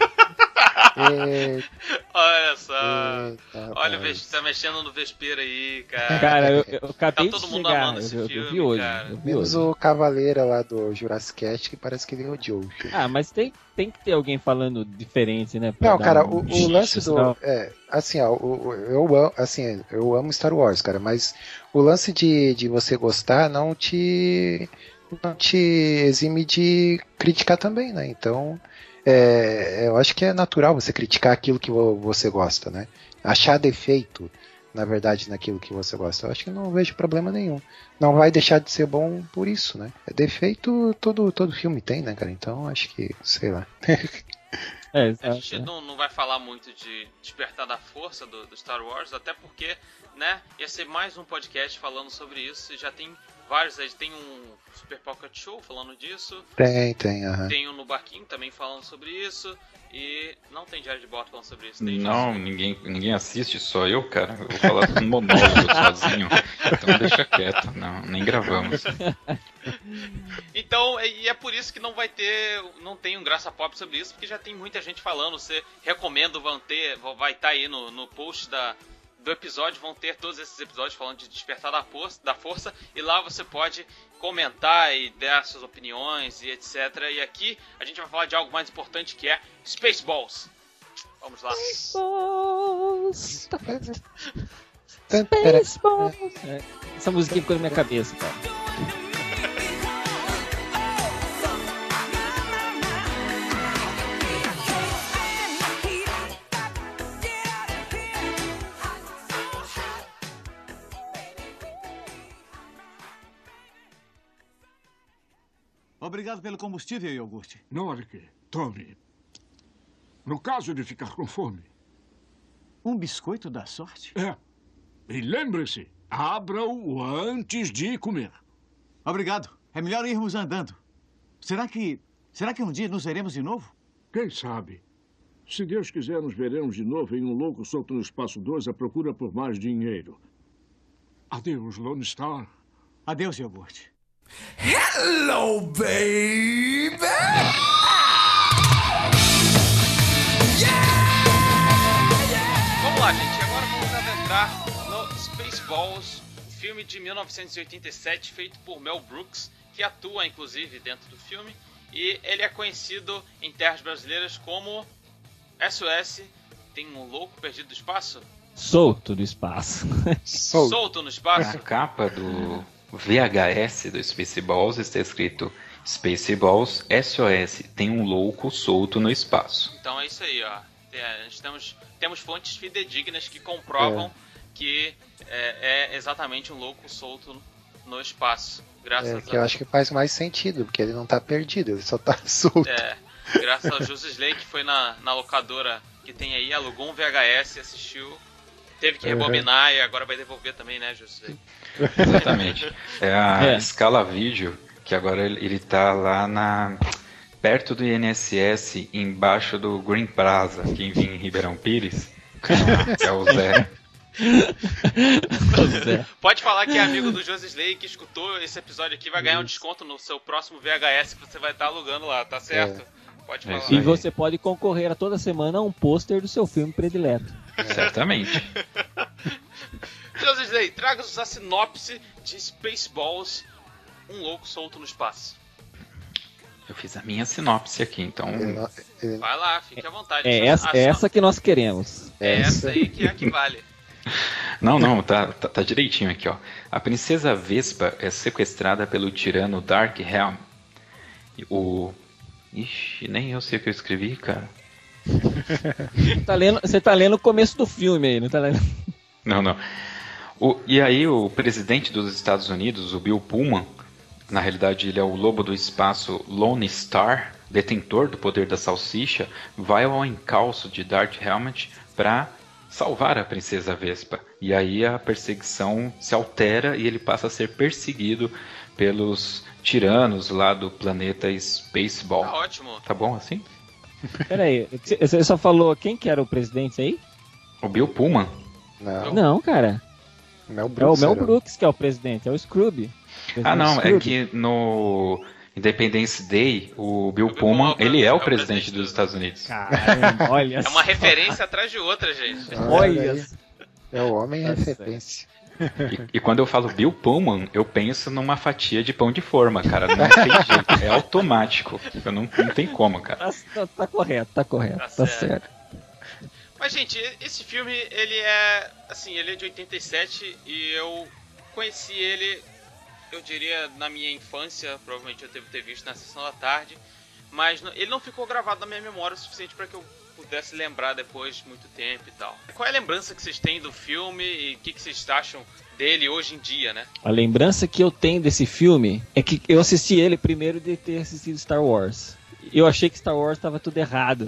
E... Olha só. Eita, olha, rapaz. tá mexendo no vespeiro aí, cara. Cara, eu, eu acabei tá todo de mundo chegar, amando esse eu, eu, filme, eu vi hoje. cara. Eu vi Menos hoje. o Cavaleira lá do Jurassic Cast, que parece que ele odiou o filme. Ah, mas tem, tem que ter alguém falando diferente, né? pra Não, dar cara, um o, o xixi, lance do. senão- É, assim, ó, o, o- eu, amo- assim, eu amo Star Wars, cara, mas o lance de, de você gostar não te. não te exime de criticar também, né? Então, é, eu acho que é natural você criticar aquilo que vo- você gosta, né? Achar defeito, na verdade, naquilo que você gosta. Eu acho que não vejo problema nenhum. Não vai deixar de ser bom por isso, né? Defeito todo, todo filme tem, né, cara? Então, acho que, sei lá. É, A exato, gente é. não, não vai falar muito de Despertar da Força do, do Star Wars, até porque, né, ia ser mais um podcast falando sobre isso, e já tem vários, aí tem um Super Pocket Show falando disso, Tem, tem, aham. tem um no Barquinho também falando sobre isso, e não tem Diário de Bordo falando sobre isso. Tem Não, ninguém, ninguém assiste, só eu, cara. Eu vou falar um monólogo sozinho. Então deixa quieto, não, nem gravamos. Então, e é por isso que não vai ter, não tem um Graça Pop sobre isso, porque já tem muita gente falando. Você recomendo, vão ter, vai estar aí no, no post da, do episódio, vão ter todos esses episódios falando de Despertar da Força, da Força, e lá você pode comentar e dar suas opiniões e etcétera. E aqui a gente vai falar de algo mais importante, que é Spaceballs. Vamos lá. Spaceballs. Spaceballs. É, essa musiquinha ficou na minha cabeça, cara. Obrigado pelo combustível, iogurte. Norque, tome. No caso de ficar com fome. Um biscoito da sorte? É. E lembre-se, abra-o antes de comer. Obrigado. É melhor irmos andando. Será que... Será que um dia nos veremos de novo? Quem sabe? Se Deus quiser, nos veremos de novo em Um Louco Solto no Espaço dois à procura por mais dinheiro. Adeus, Lone Star. Adeus, iogurte. Hello, baby! Vamos lá, gente. Agora vamos adentrar no Spaceballs, filme de mil novecentos e oitenta e sete, feito por Mel Brooks, que atua, inclusive, dentro do filme. E ele é conhecido em terras brasileiras como S O S Tem um Louco Perdido do Espaço. Solto do espaço. Solto, Solto no espaço? A capa do V H S do Spaceballs está escrito Spaceballs S O S, tem um louco solto no espaço. Então é isso aí, ó. É, temos, temos fontes fidedignas que comprovam é. que é, é exatamente um louco solto no espaço. Graças é, que a... eu acho que faz mais sentido, porque ele não tá perdido, ele só tá solto. É, graças ao José Slay, que foi na, na locadora que tem aí, alugou um V H S, assistiu, teve que rebobinar uhum. e agora vai devolver também, né, José? Exatamente. É a é. Scala Video, que agora ele, ele tá lá na... perto do I N S S, embaixo do Green Plaza, quem vinha em Ribeirão Pires, é o Zé. Pode falar que é amigo do José Slay, que escutou esse episódio aqui, vai ganhar um desconto no seu próximo V H S que você vai estar alugando lá, tá certo? É. Pode falar. E você pode concorrer a toda semana a um pôster do seu filme predileto. Certamente. José Slay, traga-nos a sinopse de Spaceballs, um louco solto no espaço. Eu fiz a minha sinopse aqui, então... Vai lá, fique à vontade. É essa, é essa que nós queremos. É essa aí que é a que vale. Não, não, tá, tá, tá direitinho aqui, ó. A princesa Vespa é sequestrada pelo tirano Darkhelm. O... Ixi, nem eu sei o que eu escrevi, cara. tá lendo, você tá lendo o começo do filme aí, não tá lendo? Não, não. O, e aí o presidente dos Estados Unidos, o Bill Pullman, na realidade ele é o lobo do espaço Lone Star, detentor do poder da salsicha, vai ao encalço de Darth Helmet para salvar a princesa Vespa. E aí a perseguição se altera e ele passa a ser perseguido pelos tiranos lá do planeta Spaceball. Tá ótimo. Tá bom assim? Peraí, você só falou quem que era o presidente aí? O Bill Pullman. Não, Não cara. Mel Brooks, é o Mel Brooks que é o presidente, é o Scrooby. Ah, não, é que no Independence Day, o Bill o Pullman, Bill ele é o, é o presidente, presidente dos do... Estados Unidos. Caramba, olha É uma referência atrás de outra, gente. Olha. É o homem é referência. E, e quando eu falo Bill Pullman, eu penso numa fatia de pão de forma, cara. Não tem jeito, é automático. Eu não, não tem como, cara. Tá, tá correto, tá correto, tá, tá certo. certo. Mas, gente, esse filme, ele é, assim, ele é de oitenta e sete e eu conheci ele, eu diria, na minha infância, provavelmente eu devo ter visto na sessão da tarde, mas ele não ficou gravado na minha memória o suficiente para que eu pudesse lembrar depois de muito tempo e tal. Qual é a lembrança que vocês têm do filme e o que, que vocês acham dele hoje em dia, né? A lembrança que eu tenho desse filme é que eu assisti ele primeiro de ter assistido Star Wars. Eu achei que Star Wars estava tudo errado.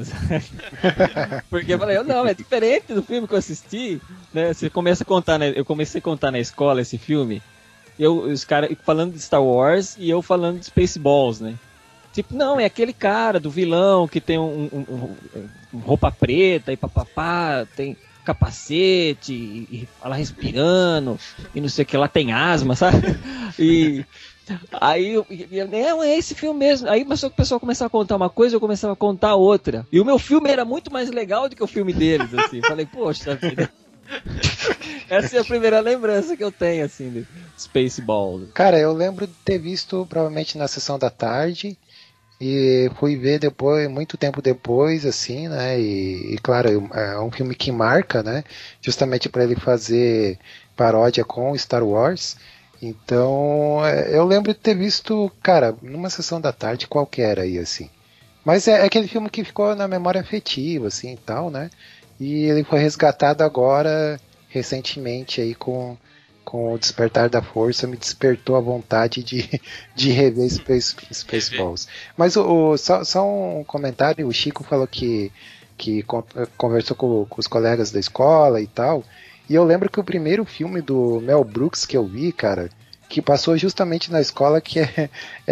Porque eu falei, não, é diferente do filme que eu assisti. Né? Você começa a contar, né? Eu comecei a contar na escola esse filme, eu, os caras falando de Star Wars e eu falando de Spaceballs, né? Tipo, não, é aquele cara do vilão que tem um, um, um, um roupa preta e papapá, tem capacete e, e fala respirando e não sei o que lá, tem asma, sabe? E aí eu, eu, não, é esse filme mesmo. Aí começou o pessoal começava a contar uma coisa, eu começava a contar outra. E o meu filme era muito mais legal do que o filme deles, assim. Falei, poxa vida. Essa é a primeira lembrança que eu tenho, assim, de Spaceballs. Cara, eu lembro de ter visto provavelmente na sessão da tarde. E fui ver depois, muito tempo depois, assim, né? E, e claro, é um filme que marca, né? Justamente para ele fazer paródia com Star Wars. Então, eu lembro de ter visto, cara, numa sessão da tarde qualquer aí, assim. Mas é, é aquele filme que ficou na memória afetiva, assim, e tal, né? E ele foi resgatado agora, recentemente, aí com... com o Despertar da Força, me despertou a vontade de, de rever Space, Spaceballs. Mas o, o, só, só um comentário, o Chico falou que, que con, conversou com, com os colegas da escola e tal, e eu lembro que o primeiro filme do Mel Brooks que eu vi, cara, que passou justamente na escola, que é,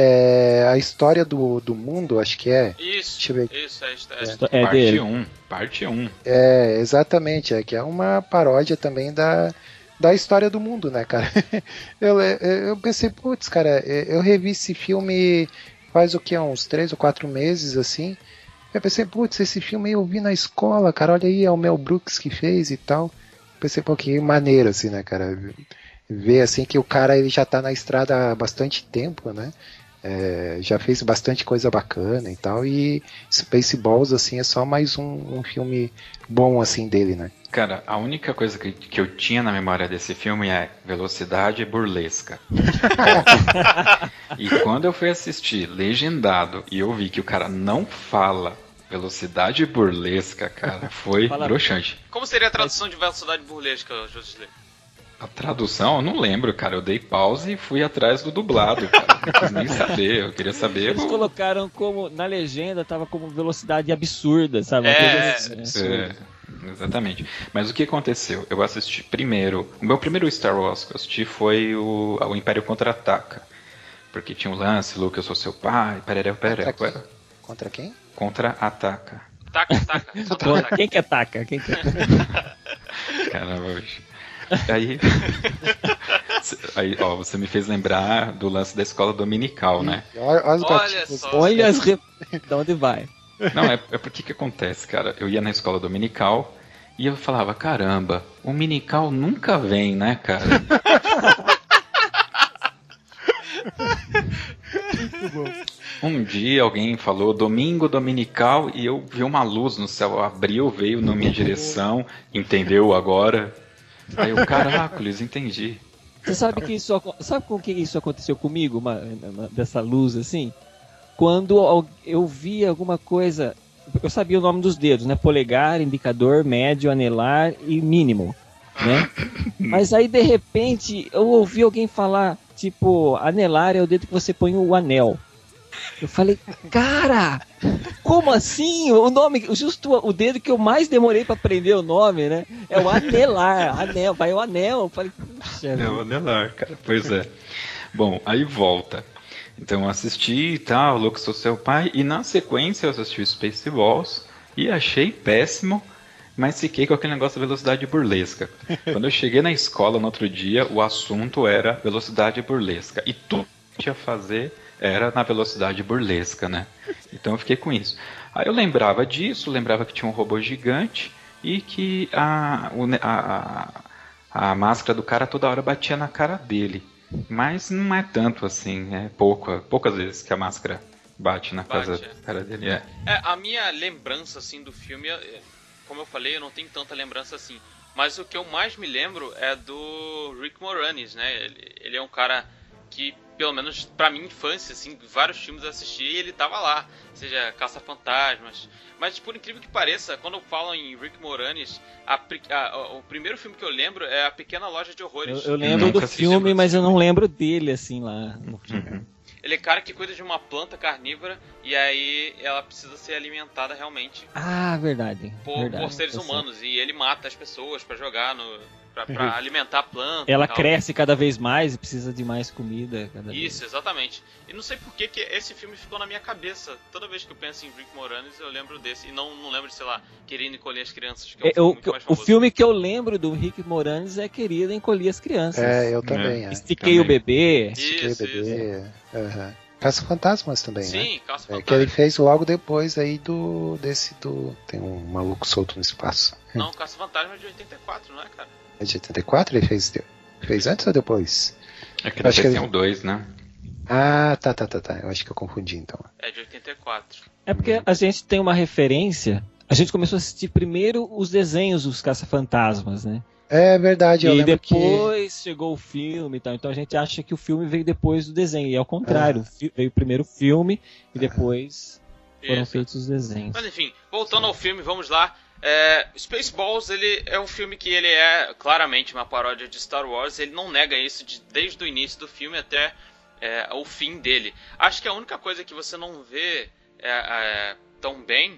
é a história do, do mundo, acho que é. Isso, Deixa eu ver. isso, é, é, é parte um, parte um. É, exatamente, é que é uma paródia também da... da história do mundo, né, cara? eu, eu pensei, putz, cara, eu revi esse filme faz o que, uns três ou quatro meses, assim. Eu pensei, putz, esse filme eu vi na escola, cara, olha aí, é o Mel Brooks que fez e tal. Pensei, pô, que maneiro, assim, né, cara? Ver, assim, que o cara ele já tá na estrada há bastante tempo, né? É, já fez bastante coisa bacana e tal, e Spaceballs, assim, é só mais um, um filme bom, assim, dele, né? Cara, a única coisa que, que eu tinha na memória desse filme é velocidade burlesca. E quando eu fui assistir legendado e eu vi que o cara não fala velocidade burlesca, cara, foi Fala- broxante. Como seria a tradução de velocidade burlesca, José? A tradução, eu não lembro, cara. Eu dei pause e fui atrás do dublado, cara. Não quis nem saber, eu queria saber. Eles colocaram como, na legenda, tava como velocidade absurda, sabe? Uma É, coisa assim, absurda. É, exatamente. Mas o que aconteceu? Eu assisti primeiro. O meu primeiro Star Wars que eu assisti foi o, o Império Contra-Ataca. Porque tinha o lance, Luke, eu sou seu pai, pereré, pereré. Contra quem? Contra quem? Contra-Ataca. Taca, taca. Pô, Quem que ataca? Quem que... Caramba, hoje. Aí, aí, ó, você me fez lembrar do lance da escola dominical, né? Olha, olha os Olha gatinhos. só. Olha as... Re... De onde vai? Não, é, é porque que acontece, cara. Eu ia na escola dominical e eu falava, caramba, o minical nunca vem, né, cara? Um dia alguém falou domingo dominical e eu vi uma luz no céu, abriu, veio na minha direção, entendeu agora? Aí eu, caracoles, entendi. Você sabe que isso aco- sabe com que isso aconteceu comigo, uma, uma- dessa luz assim? Quando al- eu vi alguma coisa, eu sabia o nome dos dedos, né? Polegar, indicador, médio, anelar e mínimo, né? Mas aí de repente eu ouvi alguém falar, tipo, anelar é o dedo que você põe o anel. Eu falei, cara, como assim? O nome, justo o dedo que eu mais demorei pra aprender o nome, né? É o anelar, anel, vai o anel. Eu falei, puxa, É o anelar, cara, pois é. Bom, aí volta. Então eu assisti e tal, Luke, sou seu pai, e na sequência eu assisti o Spaceballs e achei péssimo, mas fiquei com aquele negócio da velocidade burlesca. Quando eu cheguei na escola no outro dia, o assunto era velocidade burlesca, e tudo que eu ia fazer era na velocidade burlesca, né? Então eu fiquei com isso. Aí eu lembrava disso, lembrava que tinha um robô gigante e que a, o ne- a, a, a máscara do cara toda hora batia na cara dele. Mas não é tanto assim, é pouco, poucas vezes que a máscara bate na Bate, casa, é. cara dele. É. É, a minha lembrança, assim, do filme, é- como eu falei, eu não tenho tanta lembrança assim. Mas o que eu mais me lembro é do Rick Moranis, né? Ele, ele é um cara que, pelo menos pra minha infância, assim, vários filmes eu assisti e ele tava lá. Seja Caça-Fantasmas. Mas, por incrível que pareça, quando eu falo em Rick Moranis, a, pri- a- a- o primeiro filme que eu lembro é A Pequena Loja de eu, Horrores. eu lembro Nunca do assisti, filme, lembro mas desse eu não lembro dele, assim, lá no filme. Uhum. Ele é cara que cuida de uma planta carnívora e aí ela precisa ser alimentada realmente Ah, verdade. por, verdade, por seres tá certo. humanos. E ele mata as pessoas pra jogar, no, pra, pra alimentar a planta. Ela e tal. cresce cada vez mais e precisa de mais comida. Cada vez. Isso, exatamente. E não sei por que, que esse filme ficou na minha cabeça. Toda vez que eu penso em Rick Moranis, eu lembro desse. E não, não lembro de, sei lá, Querendo Encolher as Crianças, que é um É, filme o, muito mais o famoso. filme que eu lembro do Rick Moranis é Querida Encolher as Crianças. É, eu também. É. Estiquei também. o bebê. Estiquei o Isso, bebê. Aham. Caça-Fantasmas também, né? Sim, Caça É, que ele Fantasmas. fez logo depois aí do desse do tem um maluco solto no espaço. Não, Caça Fantasmas é de oitenta e quatro, não é, cara? É de oitenta e quatro ele fez fez antes ou depois? É que Acho depois que tem ele- o dois, né? Ah, tá, tá, tá, tá. Eu acho que eu confundi então. É de oitenta e quatro. É porque a gente tem uma referência. A gente começou a assistir primeiro os desenhos dos Caça-Fantasmas, né? É verdade, eu E lembro que depois chegou o filme e tal. Então a gente acha que o filme veio depois do desenho. E é o contrário. Ah. o fi- Veio primeiro o filme e depois foram Isso. feitos os desenhos. Mas enfim, voltando ao filme, vamos lá. É, Spaceballs, ele é um filme que ele é claramente uma paródia de Star Wars. Ele não nega isso de- desde o início do filme até é, o fim dele. Acho que a única coisa que você não vê é, é, tão bem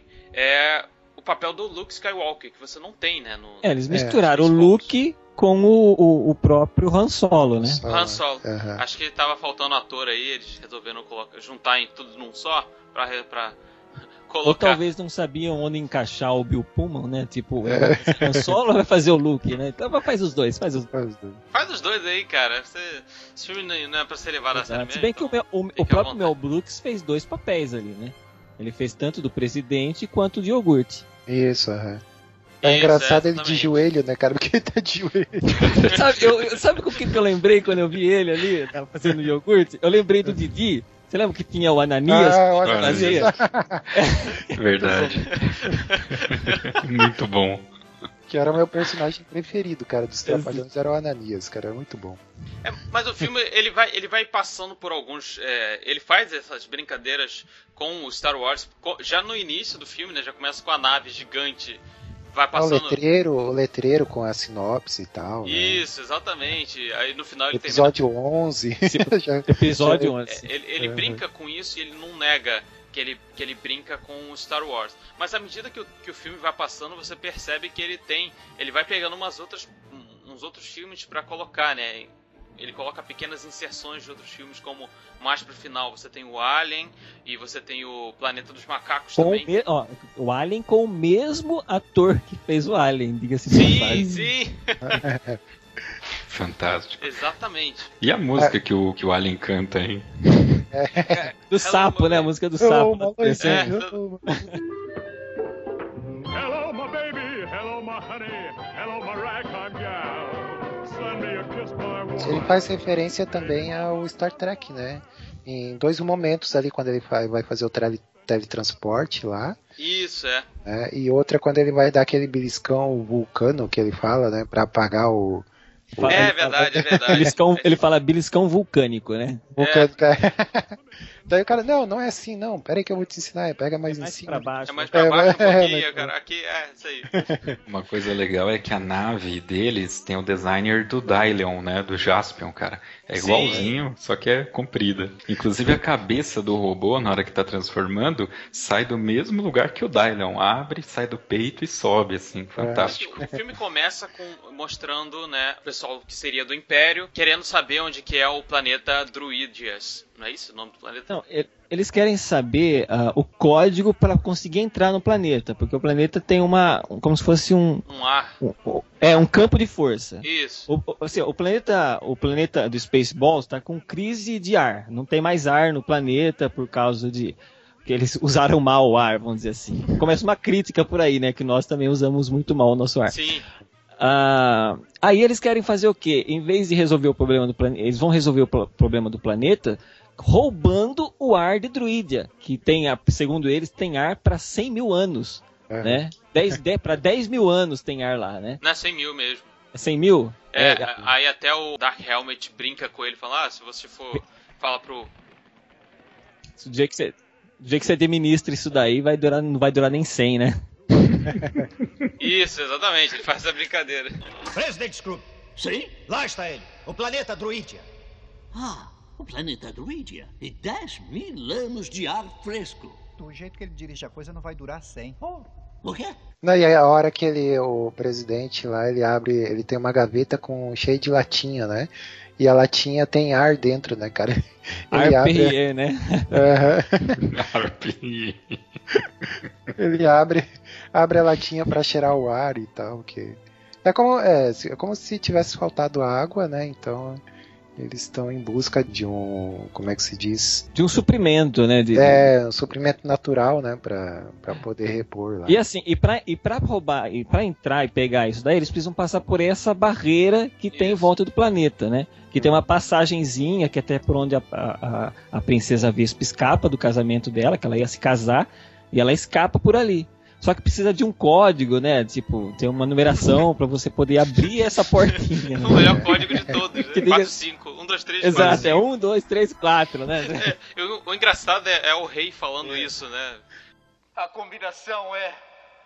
é o papel do Luke Skywalker, que você não tem, né? No, É, eles É, misturaram o Spaceballs. Luke com o, o, o próprio Han Solo, né? Só- Han Solo. Aham. Acho que tava faltando ator aí, eles resolveram colocar, juntar em tudo num só pra, re- pra Ou colocar. talvez não sabiam onde encaixar o Bill Pullman, né? Tipo, é. o Han Solo vai fazer o Luke, né? Então faz os dois, faz os dois. Faz os dois aí, cara. Você- esse filme não não é pra ser levado a sério mesmo. Se bem que o, Mel- o- fique o à próprio vontade. Mel Brooks fez dois papéis ali, né? Ele fez tanto do presidente quanto de iogurte. Isso, aham. É Isso, engraçado é, ele de exatamente. joelho, né, cara? Porque ele tá de joelho. sabe, eu, eu- sabe com o que que eu lembrei quando eu vi ele ali, tava fazendo iogurte? Eu lembrei do Didi. Você lembra que tinha o Ananias? Ah, que olha, fazia? Verdade. Muito bom. Que era o meu personagem preferido, cara, dos Trapalhões, era o Ananias, cara, era muito bom. É, mas o filme, ele vai, ele vai passando por alguns... É, ele faz essas brincadeiras com o Star Wars, já no início do filme, né, já começa com a nave gigante, vai passando... Ah, o letreiro, o letreiro com a sinopse e tal, Isso, né? Exatamente. Aí no final ele episódio termina... onze. já, episódio já... onze. Ele, ele uhum. brinca com isso e ele não nega... Que ele, que ele brinca com o Star Wars. Mas à medida que o, que o filme vai passando, você percebe que ele tem... Ele vai pegando umas outras, uns outros filmes pra colocar, né? Ele coloca pequenas inserções de outros filmes, como mais pro final você tem o Alien e você tem o Planeta dos Macacos com também. O, me... Ó, o Alien com o mesmo ator que fez o Alien, diga-se de passagem. Sim, sim! Fantástico. Exatamente. E a música é. que, o, que o Alien canta, hein? É. Do sapo, Hello, né? A música do sapo. Oh, é. Hello, my baby. Hello, my honey. Hello, my ragtime gal. Send me a kiss, my woman. Ele faz referência também ao Star Trek, né? Em dois momentos ali, quando ele vai fazer o tele, teletransporte lá. Isso, é. é. E outra quando ele vai dar aquele beliscão vulcano que ele fala, né? Pra apagar o... o... É verdade, é verdade. Beliscão, ele fala beliscão vulcânico, né? Vulcânico, é. Daí o cara, não, não é assim, não. Pera aí que eu vou te ensinar. Pega mais, é mais em cima. Pra baixo. É mais pra baixo um pouquinho, é, cara. Aqui, é, isso aí. Uma coisa legal é que a nave deles tem o designer do Dylion, né? Do Jaspion, cara. É igualzinho, Sim. só que é comprida. Inclusive a cabeça do robô, na hora que tá transformando, sai do mesmo lugar que o Dylion. Abre, sai do peito e sobe, assim. Fantástico. É. O filme começa com, mostrando, né, o pessoal que seria do Império, querendo saber onde que é o planeta Druidias. Não é isso o nome do planeta? Não, eles querem saber uh, o código para conseguir entrar no planeta, porque o planeta tem uma, como se fosse um um ar, um, é um campo de força. Isso. O, assim, o planeta, o planeta do Spaceballs está com crise de ar, não tem mais ar no planeta por causa de que eles usaram mal o ar, vamos dizer assim. Começa uma crítica por aí, né, que nós também usamos muito mal o nosso ar. Sim. Uh, aí eles querem fazer o quê? Em vez de resolver o problema do planeta, eles vão resolver o pro- problema do planeta roubando o ar de Druidia, que tem, segundo eles, tem ar para cem mil anos, é. né? dez, dez, para dez mil anos tem ar lá, né? Não é cem mil mesmo. É cem mil? É, é, aí até o Dark Helmet brinca com ele, fala, ah, se você for, fala pro... Do jeito que você, do jeito que você administra isso daí, vai durar, não vai durar nem cem, né? Isso, exatamente, ele faz essa brincadeira. President Scrooge. Sim? Lá está ele, o planeta Druidia. Ah, o planeta Druidia. E dez mil anos de ar fresco. Do jeito que ele dirige a coisa, não vai durar cem. Oh, o quê? Não, e aí a hora que ele, o presidente lá, ele abre, ele tem uma gaveta com cheio de latinha, né? E a latinha tem ar dentro, né, cara? Ele ar abre, P R E, né? Uhum. Ar P R E. Ele abre, abre a latinha pra cheirar o ar e tal, que é como, é, é como se tivesse faltado água, né? Então eles estão em busca de um, como é que se diz? De um suprimento, né? De, é, um suprimento natural, né? Pra, pra poder repor lá. E assim, e pra, e pra roubar, e pra entrar e pegar isso daí, eles precisam passar por essa barreira que isso. tem em volta do planeta, né? Que tem uma passagenzinha, que até por onde a, a, a princesa Vespa escapa do casamento dela, que ela ia se casar, e ela escapa por ali. Só que precisa de um código, né? Tipo, tem uma numeração para você poder abrir essa portinha. O melhor código de todos, né? quatro, cinco, um, dois, três, Exato, quatro, cinco. é um, dois, três, quatro, né? É, o, o engraçado é, é o rei falando é. isso, né? A combinação é...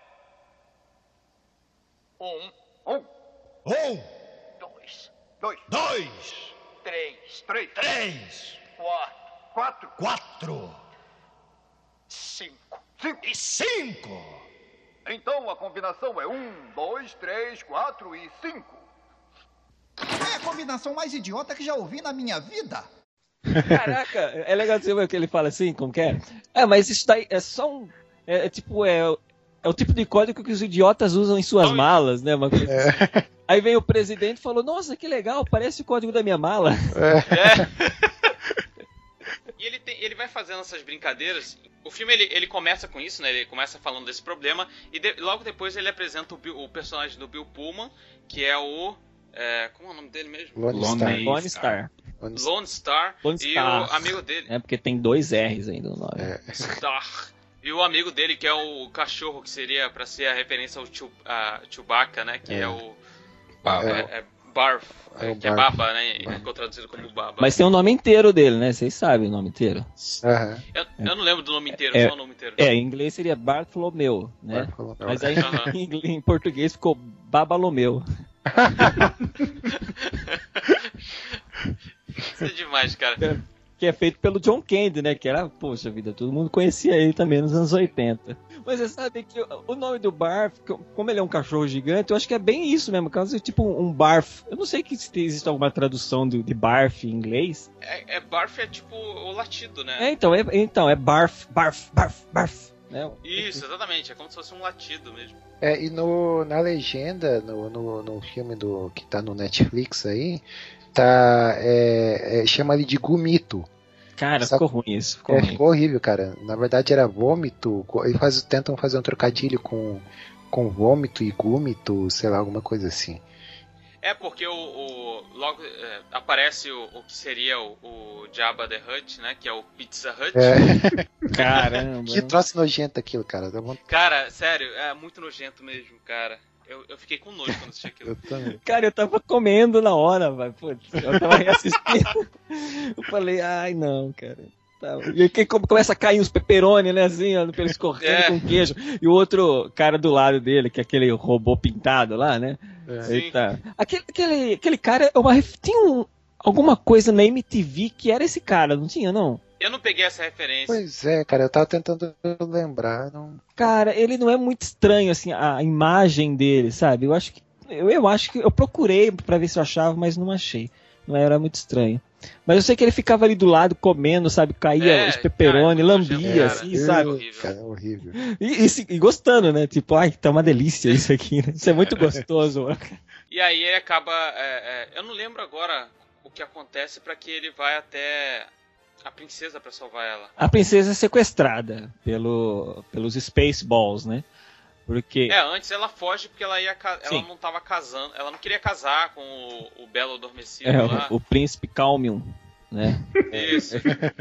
Um. Um. Um. Dois. Dois. Dois. Três. Três. Três. Quatro. Quatro. Quatro. Cinco. Cinco. E cinco. Então a combinação é um, dois, três, quatro e cinco. É a combinação mais idiota que já ouvi na minha vida. Caraca, é legal você ver que ele fala assim, como que é? É, mas isso daí é só um... É, é tipo, é, é o tipo de código que os idiotas usam em suas malas, né? Uma coisa assim. É. Aí vem o presidente e falou, nossa, que legal, parece o código da minha mala. É. é. E ele, tem, ele vai fazendo essas brincadeiras. O filme ele, ele começa com isso, né? Ele começa falando desse problema. E de, logo depois ele apresenta o, Bill, o personagem do Bill Pullman, que é o... É, como é o nome dele mesmo? Lone Star. Lone Star. Lone Star. Lone e Star. o amigo dele. É porque tem dois R's ainda no nome. É. Star. E E o amigo dele, que é o cachorro, que seria pra ser a referência ao Chew, a Chewbacca, né? Que é, é o... Baba. É, é Barf, É o que é Barf. Baba, né? Ficou traduzido como Baba. Mas tem o nome inteiro dele, né? Vocês sabem o nome inteiro. Aham. Eu, eu não lembro do nome inteiro, É, só o nome inteiro. é, em inglês seria Bartholomew, né? Bartholomew. Mas aí Aham. em, inglês- em português ficou Babalomeu. Isso é demais, cara. Que é feito pelo John Candy, né? Que era, poxa vida, todo mundo conhecia ele também nos anos oitenta. Mas você sabe que o- o nome do Barf, como ele é um cachorro gigante, eu acho que é bem isso mesmo, caso tipo um barf. Eu não sei que se existe alguma tradução do- de barf em inglês. É, é Barf é tipo o latido, né? É, então, é, então, é barf, barf, barf, barf. Né? Isso, exatamente. É como se fosse um latido mesmo. É, e no, na legenda, no, no, no filme do, que tá no Netflix aí, tá, é, é, chama ele de Gumito. Cara, Sabe- ficou ruim isso. Ficou É, ruim. ficou horrível, cara. Na verdade era vômito. E faz, tentam fazer um trocadilho com, com vômito e gúmito, sei lá, alguma coisa assim. É porque o, o- logo é, aparece o, o que seria o, o Jabba the Hutt, né? Que é o Pizza Hut. É. Caramba. Que troço nojento aquilo, cara. Dá vontade- Cara, sério, é muito nojento mesmo, cara. Eu, eu fiquei com nojo quando assisti aquilo. Eu também. Cara, eu tava comendo na hora, vai. Putz, eu tava reassistindo. Eu falei, ai não, cara. Tá. E aí que come- começa a cair uns pepperoni, né, assim, ó, pelo escorrendo É. com queijo. E o outro cara do lado dele, que é aquele robô pintado lá, né? É. Eita. Aquele, aquele, aquele cara, é uma, ref- tinha um, alguma coisa na M T V que era esse cara, não tinha, não? Eu não peguei essa referência. Pois é, cara, eu tava tentando lembrar. Não... Cara, ele não é muito estranho, assim, a imagem dele, sabe? Eu acho que. Eu, eu acho que. Eu procurei pra ver se eu achava, mas não achei. Não era muito estranho. Mas eu sei que ele ficava ali do lado comendo, sabe? Caía É, os pepperoni, cara, lambia, cara. assim, É, sabe? horrível. Cara, é horrível. E, e se- e gostando, né? Tipo, ai, tá uma delícia isso aqui, né? Isso é muito gostoso. E aí ele acaba. é, é, eu não lembro agora o que acontece pra que ele vai até a princesa pra salvar ela. A princesa é sequestrada pelo, pelos Spaceballs, né? Porque. É, antes ela foge porque ela ia ca- ela Sim. não tava casando, ela não queria casar com o, o Belo Adormecido É, lá. o, o príncipe Calmium, né? Isso.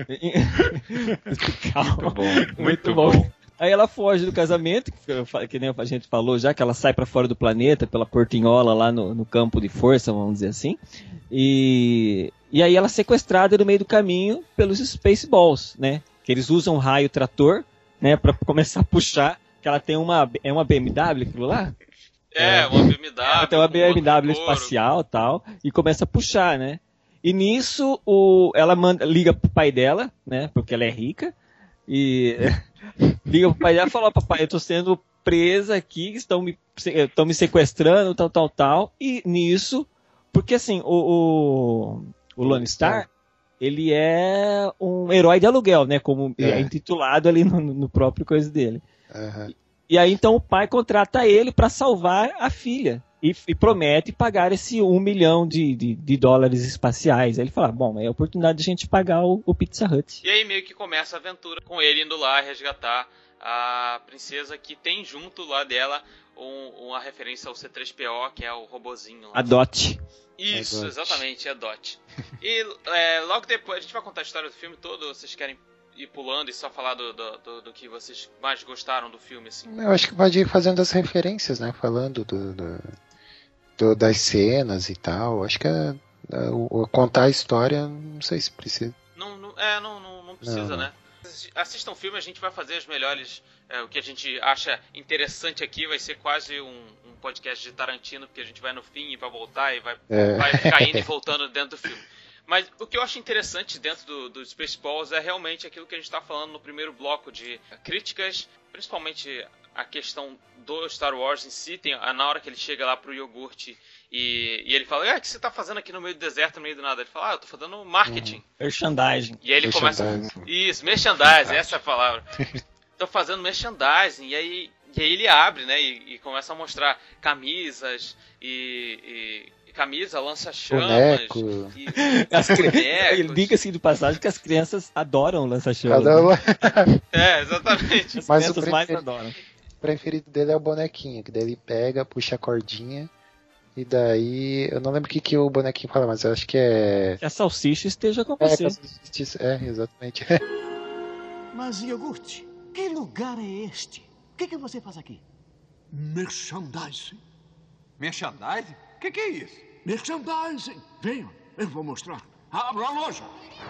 Príncipe Calmium. Muito bom, muito bom. Aí ela foge do casamento, que, eu fa- que nem a gente falou já, que ela sai pra fora do planeta, pela portinhola lá no, no campo de força, vamos dizer assim. E, e aí ela é sequestrada no meio do caminho pelos Spaceballs, né? Que eles usam um raio trator, né? Pra começar a puxar, que ela tem uma, é uma B M W aquilo lá? É, uma B M W. Ela tem uma com B M outro W couro. espacial e tal, e começa a puxar, né? E nisso, o, ela manda, liga pro pai dela, né? Porque ela é rica, e liga pro pai dela e fala, ó, papai, eu tô sendo presa aqui, estão me, estão me sequestrando, tal, tal, tal. E nisso, porque assim, o, o, o Lone Star, ele é um herói de aluguel, né? Como é, É. intitulado ali no, no próprio coisa dele. Aham. E aí então o pai contrata ele para salvar a filha. E, e promete pagar esse um milhão de, de, de dólares espaciais. Aí ele fala, bom, é a oportunidade de a gente pagar o, o Pizza Hut. E aí meio que começa a aventura com ele indo lá resgatar a princesa que tem junto lá dela um- uma referência ao C três P O, que é o robozinho lá. A Dot. Isso, A Dot. exatamente, é Dot. E é, logo depois, a gente vai contar a história do filme todo, ou vocês querem ir pulando e só falar do, do, do, do que vocês mais gostaram do filme, assim? Eu acho que pode ir fazendo as referências, né? Falando do, do- do- das cenas e tal. Acho que é, é, o, o- contar a história, não sei se precisa. Não, não, é, não, não, não precisa, Não. né? Assistam o filme, a gente vai fazer as melhores. É, o que a gente acha interessante aqui vai ser quase um, um podcast de Tarantino, porque a gente vai no fim e vai voltar e vai, É. vai ficar indo e voltando dentro do filme. Mas o que eu acho interessante dentro do, do Spaceballs é realmente aquilo que a gente está falando no primeiro bloco de críticas, principalmente a questão do Star Wars em si. Tem, na hora que ele chega lá pro iogurte e, e ele fala, ah, o que você tá fazendo aqui no meio do deserto, no meio do nada? Ele fala, ah, eu tô fazendo marketing. Merchandising. E aí ele começa... Merchandising. Isso, merchandising, essa é a palavra. Tô fazendo merchandising, e aí, e aí ele abre, né, e, e começa a mostrar camisas, e, e- e camisa, lança-chamas, Boneco. e As cri... bonecos. Ele diga-se de passagem que as crianças adoram lança-chamas. Cada um- É, exatamente. As Mas o crianças mais preferido- adoram. O preferido dele é o bonequinho, que daí ele pega, puxa a cordinha. E daí, eu não lembro o que, que o bonequinho fala, mas eu acho que é. Que a salsicha esteja com É, você. com a justiça- é, exatamente. Mas, iogurte, Que lugar é este? O que, que você faz aqui? Merchandising. Merchandising? O que, que é isso? Merchandising. Venham, eu vou mostrar. Abra a loja.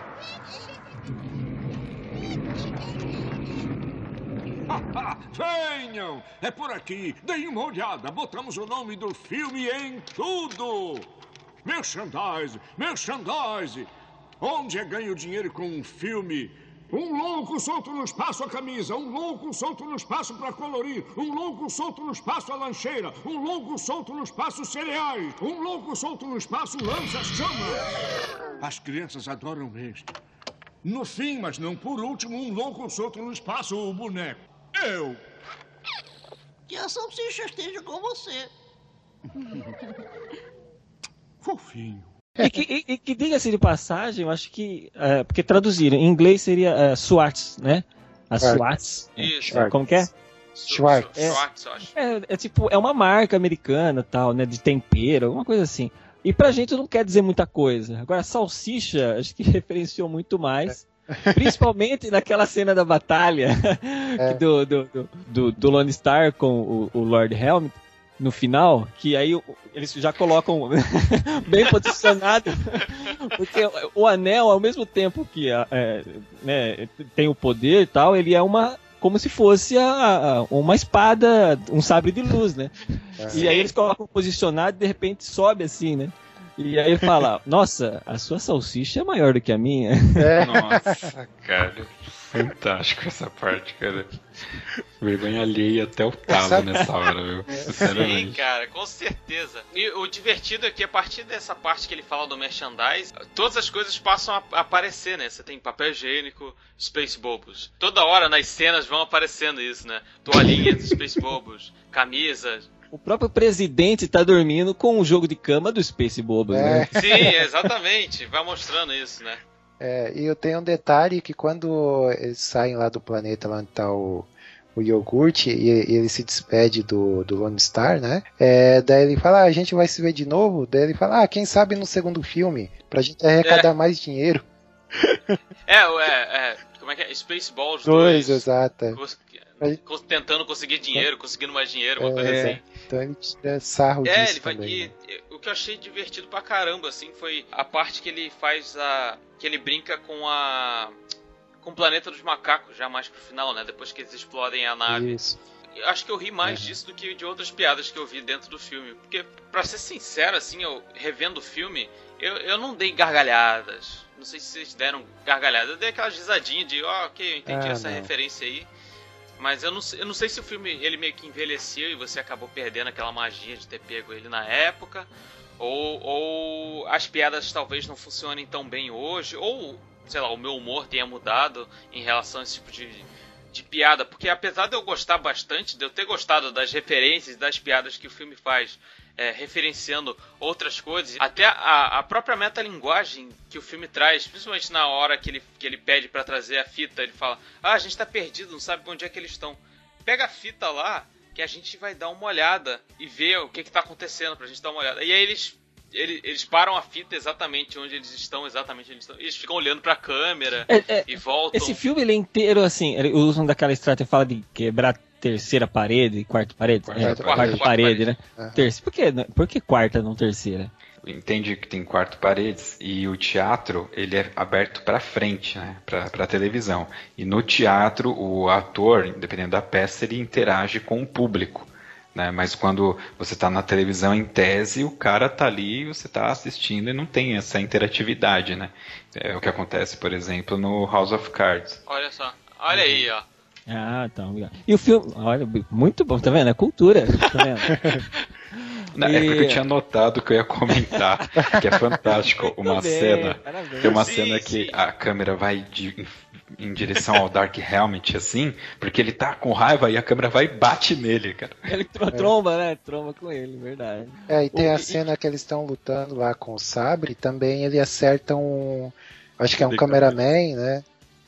Venham! É por aqui. Deem uma olhada. Botamos o nome do filme em tudo. Merchandise, merchandise. Onde é ganho dinheiro com um filme? Um louco solto no espaço a camisa, um louco solto no espaço para colorir, um louco solto no espaço a lancheira, um louco solto no espaço cereais, um louco solto no espaço lança-chamas. As crianças adoram este. No fim, mas não por último, um louco solto no espaço, o boneco. Eu. Que a salsicha esteja com você. Fofinho. E que, e, e que diga-se de passagem, eu acho que... É, porque traduziram, em inglês seria é, SWAT, né? A SWAT. Isso. É, como que é? Schwartz. É, Schwartz, eu acho. é, é tipo, é uma marca americana, tal, né? De tempero, alguma coisa assim. E pra gente não quer dizer muita coisa. Agora, salsicha, acho que referenciou muito mais. É. Principalmente naquela cena da batalha é. do, do, do, do, do Lone Star com o, o Lord Helmet. No final, que aí eles já colocam bem posicionado, porque o anel, ao mesmo tempo que é, né, tem o poder e tal, ele é uma como se fosse a, a, uma espada, um sabre de luz, né? É. E aí eles colocam posicionado e de repente sobe assim, né? E aí ele fala, nossa, a sua salsicha é maior do que a minha. É. Nossa, cara, fantástico essa parte, cara. Vergonha alheia até o talo nessa hora, viu? Sim, cara, com certeza. E o divertido é que a partir dessa parte que ele fala do merchandise, todas as coisas passam a aparecer, né? Você tem papel higiênico, Space Bobos. Toda hora nas cenas vão aparecendo isso, né? Toalhinhas, Space Bobos, camisas. O próprio presidente tá dormindo com o jogo de cama do Space Bobos, é. né? Sim, exatamente. Vai mostrando isso, né? É, e eu tenho um detalhe que quando eles saem lá do planeta lá onde tá o, o iogurte e, e ele se despede do, do Lone Star, né? É, daí ele fala, ah, a gente vai se ver de novo? Daí ele fala, ah, quem sabe no segundo filme, pra gente arrecadar é. mais dinheiro. É, é, é, como é que é? Spaceballs dois, dois exato. Cons- tentando conseguir dinheiro, conseguindo mais dinheiro, uma é, coisa assim. Então ele tira sarro é, disso ele vai, também. E, né? o que eu achei divertido pra caramba, assim, foi a parte que ele faz a... que ele brinca com a... com o planeta dos macacos, já mais pro final, né? Depois que eles explodem a nave. Isso. Eu acho que eu ri mais uhum. disso do que de outras piadas que eu vi dentro do filme. Porque, pra ser sincero, assim, eu revendo o filme, eu, eu não dei gargalhadas. Não sei se vocês deram gargalhadas. Eu dei aquelas risadinhas de, ó, oh, ok, eu entendi ah, essa não. referência aí. Mas eu não, eu não sei se o filme ele meio que envelheceu e você acabou perdendo aquela magia de ter pego ele na época. Ou, ou as piadas talvez não funcionem tão bem hoje. Ou, sei lá, o meu humor tenha mudado em relação a esse tipo de, de piada. Porque apesar de eu gostar bastante, de eu ter gostado das referências e das piadas que o filme faz, é, referenciando outras coisas, até a, a própria metalinguagem que o filme traz, principalmente na hora que ele, que ele pede pra trazer a fita, ele fala, ah, a gente tá perdido, não sabe onde é que eles estão. Pega a fita lá, que a gente vai dar uma olhada e ver o que que tá acontecendo pra gente dar uma olhada. E aí eles, eles, eles param a fita exatamente onde eles estão, exatamente onde eles estão. Eles ficam olhando pra câmera é, é, e voltam. Esse filme, ele é inteiro, assim, eles usam daquela estratégia, fala de quebrar terceira parede, quarta parede, quarta, é, quarta, quarta, quarta parede, parede, né? Uhum. Terceira. Por que, por que quarta, não terceira? Entende que tem quatro paredes e o teatro ele é aberto para frente, né? Para para televisão. E no teatro o ator, dependendo da peça, ele interage com o público, né? Mas quando você está na televisão, em tese, o cara tá ali, você está assistindo e não tem essa interatividade, né? É o que acontece, por exemplo, no House of Cards. Olha só, olha aí, ó. Ah, tá, obrigado. E o filme, olha, muito bom, tá vendo? É cultura, tá vendo? Não, e... É porque eu tinha notado que eu ia comentar, que é fantástico, uma bem, cena, parabéns. Tem uma sim, cena que sim. a câmera vai de, em, em direção ao Dark Helmet, assim, porque ele tá com raiva e a câmera vai e bate nele, cara. Ele tromba, é. né? Tromba com ele, verdade. É, e tem o... a cena que eles estão lutando lá com o sabre, também ele acerta um, acho que é um cameraman, né?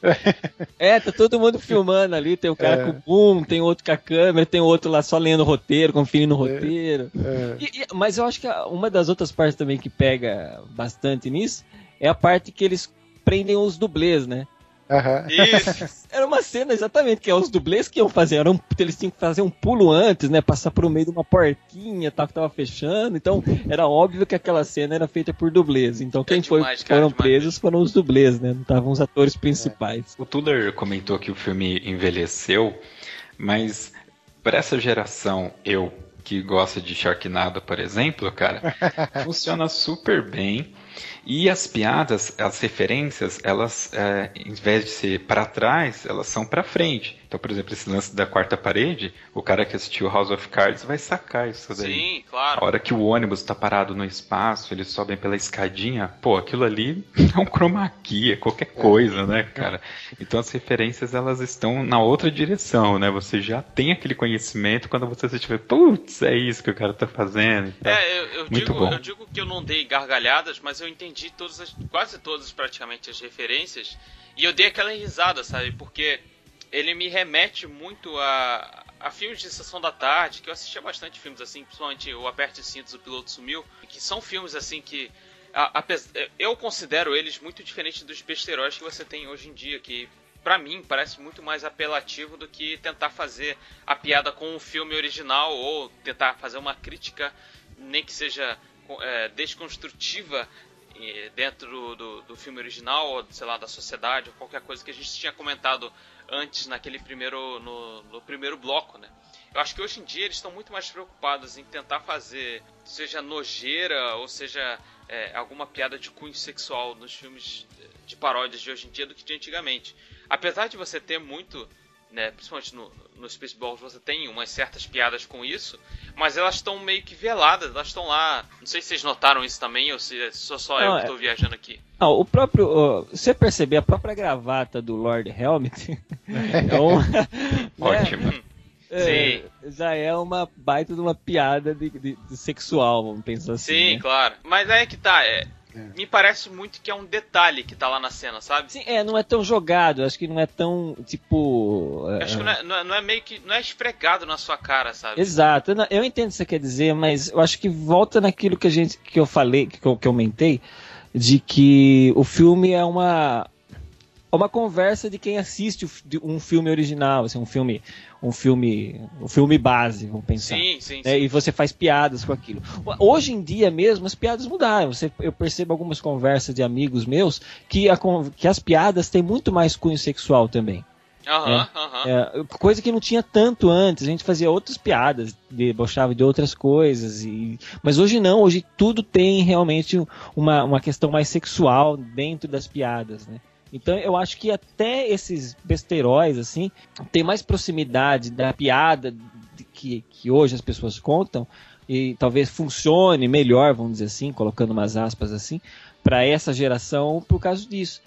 É, tá todo mundo filmando ali, tem o cara é. com o boom, tem outro com a câmera, tem outro lá só lendo o roteiro, conferindo o roteiro. É. É. E, e, mas eu acho que uma das outras partes também que pega bastante nisso é a parte que eles prendem os dublês, né? Aham. Isso. Era uma cena exatamente, que é os dublês que iam fazer, era um, eles tinham que fazer um pulo antes, né, passar por meio de uma portinha, tal, que tava fechando, então era óbvio que aquela cena era feita por dublês, então quem é demais, foi, cara, foram demais presos mesmo. foram os dublês, né, não estavam os atores principais. O Tuller comentou que o filme envelheceu, mas para essa geração, eu que gosta de Sharknado, por exemplo, cara, funciona super bem. E as piadas, as referências, elas, é, em vez de ser para trás, elas são para frente. Então, por exemplo, esse lance da quarta parede, o cara que assistiu House of Cards vai sacar isso daí. Sim, claro. A hora que o ônibus tá parado no espaço, eles sobem pela escadinha, pô, aquilo ali é um chroma key, é qualquer coisa, né, cara? Então as referências, elas estão na outra direção, né? Você já tem aquele conhecimento quando você assiste, putz, é isso que o cara tá fazendo. Então, é, eu, eu, muito digo, bom. eu digo que eu não dei gargalhadas, mas eu entendi todas as, quase todas praticamente as referências, e eu dei aquela risada, sabe? Porque ele me remete muito a, a filmes de Sessão da Tarde, que eu assistia bastante filmes assim, principalmente o Aperte Cintos, o Piloto Sumiu, que são filmes assim que a, a, eu considero eles muito diferentes dos besteiróis que você tem hoje em dia, que pra mim parece muito mais apelativo do que tentar fazer a piada com o filme original ou tentar fazer uma crítica, nem que seja é, desconstrutiva dentro do, do, do filme original, ou sei lá, da sociedade, ou qualquer coisa que a gente tinha comentado antes naquele primeiro, no, no primeiro bloco, né? Eu acho que hoje em dia eles estão muito mais preocupados em tentar fazer, seja nojeira, ou seja, é, alguma piada de cunho sexual nos filmes de paródias de hoje em dia do que de antigamente. Apesar de você ter muito, né, principalmente no, no Spaceballs, você tem umas certas piadas com isso, mas elas estão meio que veladas, elas estão lá. Não sei se vocês notaram isso também, ou se sou só Não, eu é... que estou viajando aqui. Não, o próprio, uh, você perceber, a própria gravata do Lord Helmet é um, ótimo. Né, é, já é uma baita de uma piada de, de, de sexual, vamos pensar assim. Sim, né? claro. Mas aí é que tá, é, é. me parece muito que é um detalhe que tá lá na cena, sabe? Sim, é, não é tão jogado, acho que não é tão, tipo... Acho que não é, não é, não é meio que, não é esfregado na sua cara, sabe? Exato, eu, eu entendo o que você quer dizer, mas eu acho que volta naquilo que a gente, que eu falei, que eu, que eu aumentei, de que o filme é uma... uma conversa de quem assiste um filme original, assim, um filme, um filme, um filme base, vamos pensar. Sim, sim, né? sim. E você faz piadas com aquilo. Hoje em dia mesmo as piadas mudaram. Você, eu percebo algumas conversas de amigos meus que, a, que as piadas têm muito mais cunho sexual também. Aham, aham. É, coisa que não tinha tanto antes. A gente fazia outras piadas, debochava de outras coisas. E, mas hoje não, hoje tudo tem realmente uma, uma questão mais sexual dentro das piadas, né? Então eu acho que até esses besteiróis, assim, tem mais proximidade da piada que, que hoje as pessoas contam e talvez funcione melhor, vamos dizer assim, colocando umas aspas assim, para essa geração por causa disso.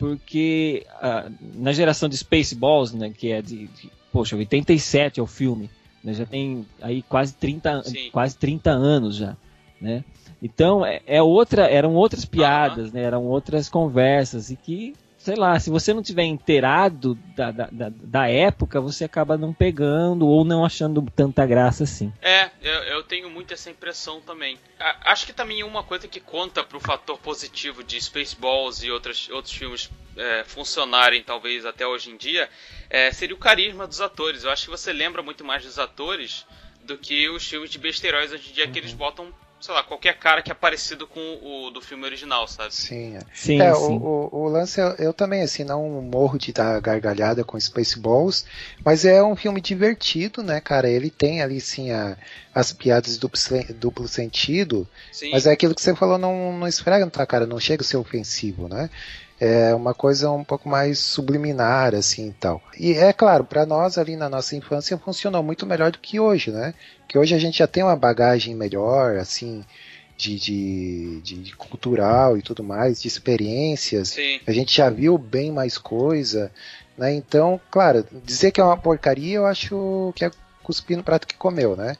Porque uh, na geração de Spaceballs, né, que é de, de poxa, oitenta e sete é o filme, né, já tem aí quase trinta, quase trinta anos já, né? Então é, é outra, eram outras piadas, né, eram outras conversas e que, sei lá, se você não tiver inteirado da, da, da, da época, você acaba não pegando ou não achando tanta graça assim. É, eu, eu tenho muito essa impressão também. A, acho que também uma coisa que conta pro fator positivo de Spaceballs e outras, outros filmes é, funcionarem talvez até hoje em dia, é, seria o carisma dos atores. Eu acho que você lembra muito mais dos atores do que os filmes de besteiróis hoje em dia, uhum. que eles botam, sei lá, qualquer cara que é parecido com o do filme original, sabe? Sim, é. sim, é, sim. O, o, o lance, eu, eu também, assim, não morro de dar gargalhada com Spaceballs, mas é um filme divertido, né, cara? Ele tem ali, sim, a, as piadas duplo, duplo sentido, sim. Mas é aquilo que você falou, não, não esfrega na tua cara, não chega a ser ofensivo, né? É uma coisa um pouco mais subliminar, assim, e tal. E é claro, para nós ali na nossa infância funcionou muito melhor do que hoje, né? Que hoje a gente já tem uma bagagem melhor, assim, de, de, de, de cultural e tudo mais, de experiências. Sim. A gente já viu bem mais coisa, né? Então, claro, dizer que é uma porcaria, eu acho que é cuspir no prato que comeu, né?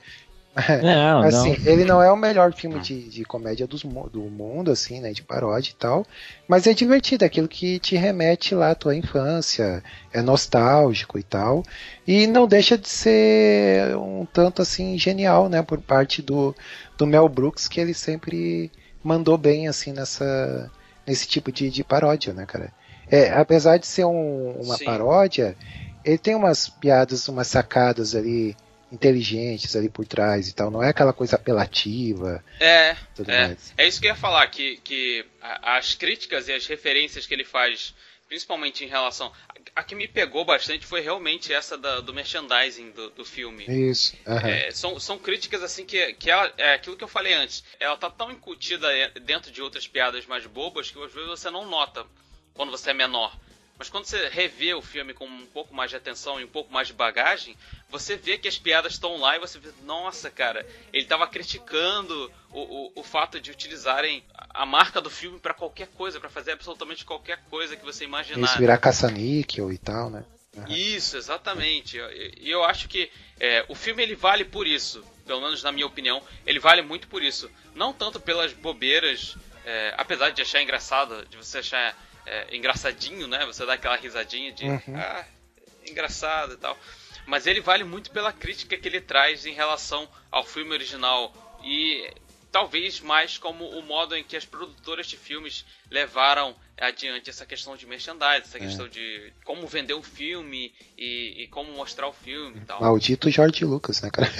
Não, assim, não. Ele não é o melhor filme de, de comédia dos, do mundo, assim, né, de paródia e tal, mas é divertido, é aquilo que te remete lá à tua infância, é nostálgico e tal, e não deixa de ser um tanto, assim, genial, né, por parte do, do Mel Brooks, que ele sempre mandou bem, assim, nessa, nesse tipo de, de paródia, né, cara. É, apesar de ser um, uma Sim. paródia, ele tem umas piadas, umas sacadas ali inteligentes ali por trás e tal. Não é aquela coisa apelativa. É, tudo é, mais. é isso que eu ia falar, que, que a- as críticas e as referências que ele faz, principalmente em relação... A, a que me pegou bastante foi realmente essa da- do merchandising do, do filme. Isso. aham. É, são, são críticas assim que, que ela, é aquilo que eu falei antes. Ela tá tão incutida dentro de outras piadas mais bobas que às vezes você não nota quando você é menor. Mas quando você revê o filme com um pouco mais de atenção e um pouco mais de bagagem, você vê que as piadas estão lá e você vê, nossa, cara, ele tava criticando o, o, o fato de utilizarem a marca do filme pra qualquer coisa, pra fazer absolutamente qualquer coisa que você imaginar. Isso, virar caça-níquel e tal, né? Aham. Isso, exatamente. E eu acho que é, o filme ele vale por isso, pelo menos na minha opinião, ele vale muito por isso. Não tanto pelas bobeiras, é, apesar de achar engraçado, de você achar é, engraçadinho, né? Você dá aquela risadinha de Uhum. ah, engraçado e tal. Mas ele vale muito pela crítica que ele traz em relação ao filme original e talvez mais como o modo em que as produtoras de filmes levaram adiante essa questão de merchandising, essa É. questão de como vender um filme e, e como mostrar o filme e tal. Maldito George Lucas, né, cara?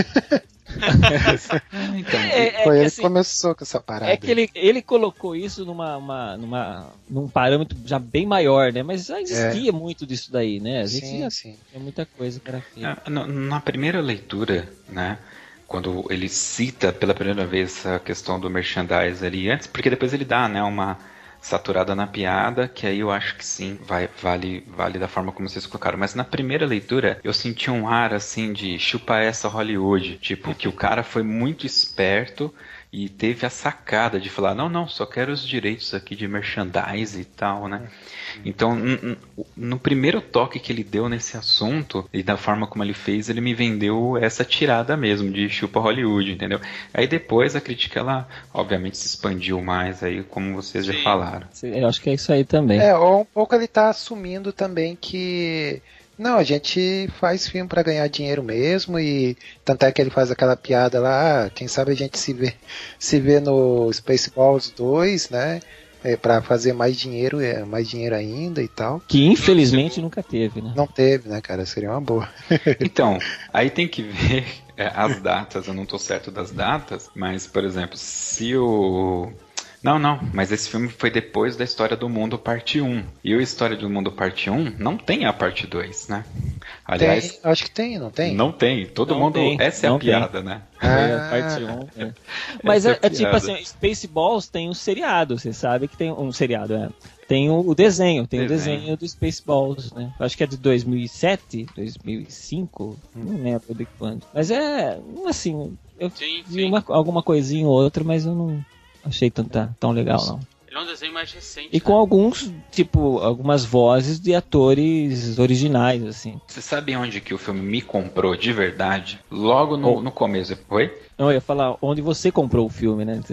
Então, É, é Foi que ele assim, que começou com essa parada. É que ele, ele colocou isso numa, uma, numa, num parâmetro já bem maior, né? Mas já existia muito disso daí, né? A gente Sim, já sim. tinha muita coisa que era feita. Na, na- na primeira leitura, né, quando ele cita pela primeira vez essa questão do merchandise ali antes, porque depois ele dá, né, uma saturada na piada, que aí eu acho que sim, vai, vale, vale da forma como vocês colocaram. Mas na primeira leitura, eu senti um ar assim de chupa essa Hollywood, tipo, que o cara foi muito esperto e teve a sacada de falar, não, não, só quero os direitos aqui de merchandise e tal, né? Então, n- n- no primeiro toque que ele deu nesse assunto, e da forma como ele fez, ele me vendeu essa tirada mesmo, de chupa Hollywood, entendeu? Aí depois a crítica, ela, obviamente, se expandiu mais aí, como vocês já Sim. falaram. Eu acho que é isso aí também. É, ou um pouco ele tá assumindo também que não, a gente faz filme pra ganhar dinheiro mesmo e tanto é que ele faz aquela piada lá, ah, quem sabe a gente se vê, se vê no Spaceballs dois, né? É, para fazer mais dinheiro, é, mais dinheiro ainda e tal. Que infelizmente nunca teve, né? Não teve, né, cara? Seria uma boa. Então, aí tem que ver é, as datas, eu não tô certo das datas, mas, por exemplo, se o... Não, não, mas esse filme foi depois da História do Mundo parte um. E o História do Mundo parte um não tem a parte dois, né? Aliás, Tem, acho que tem, não tem? não tem. Todo Não mundo... tem, Essa é não a piada, né? Foi a Ah. parte um, é. Mas Essa é, é a é tipo piada. assim, Spaceballs tem um seriado, você sabe que tem um seriado, é. Tem o, o desenho, tem Desenho. o desenho do Spaceballs, né? Acho que é de dois mil e sete, dois mil e cinco, não lembro de quando. Mas é, assim, eu Sim, vi sim. uma, alguma coisinha ou outra, mas eu não achei tanta, tão legal, não. Ele é um desenho mais recente. E com né? alguns, tipo, algumas vozes de atores originais, assim. Você sabe onde que o filme me comprou de verdade? Logo no, Oh. no começo. Oi? Não, eu ia falar onde você comprou o filme, né?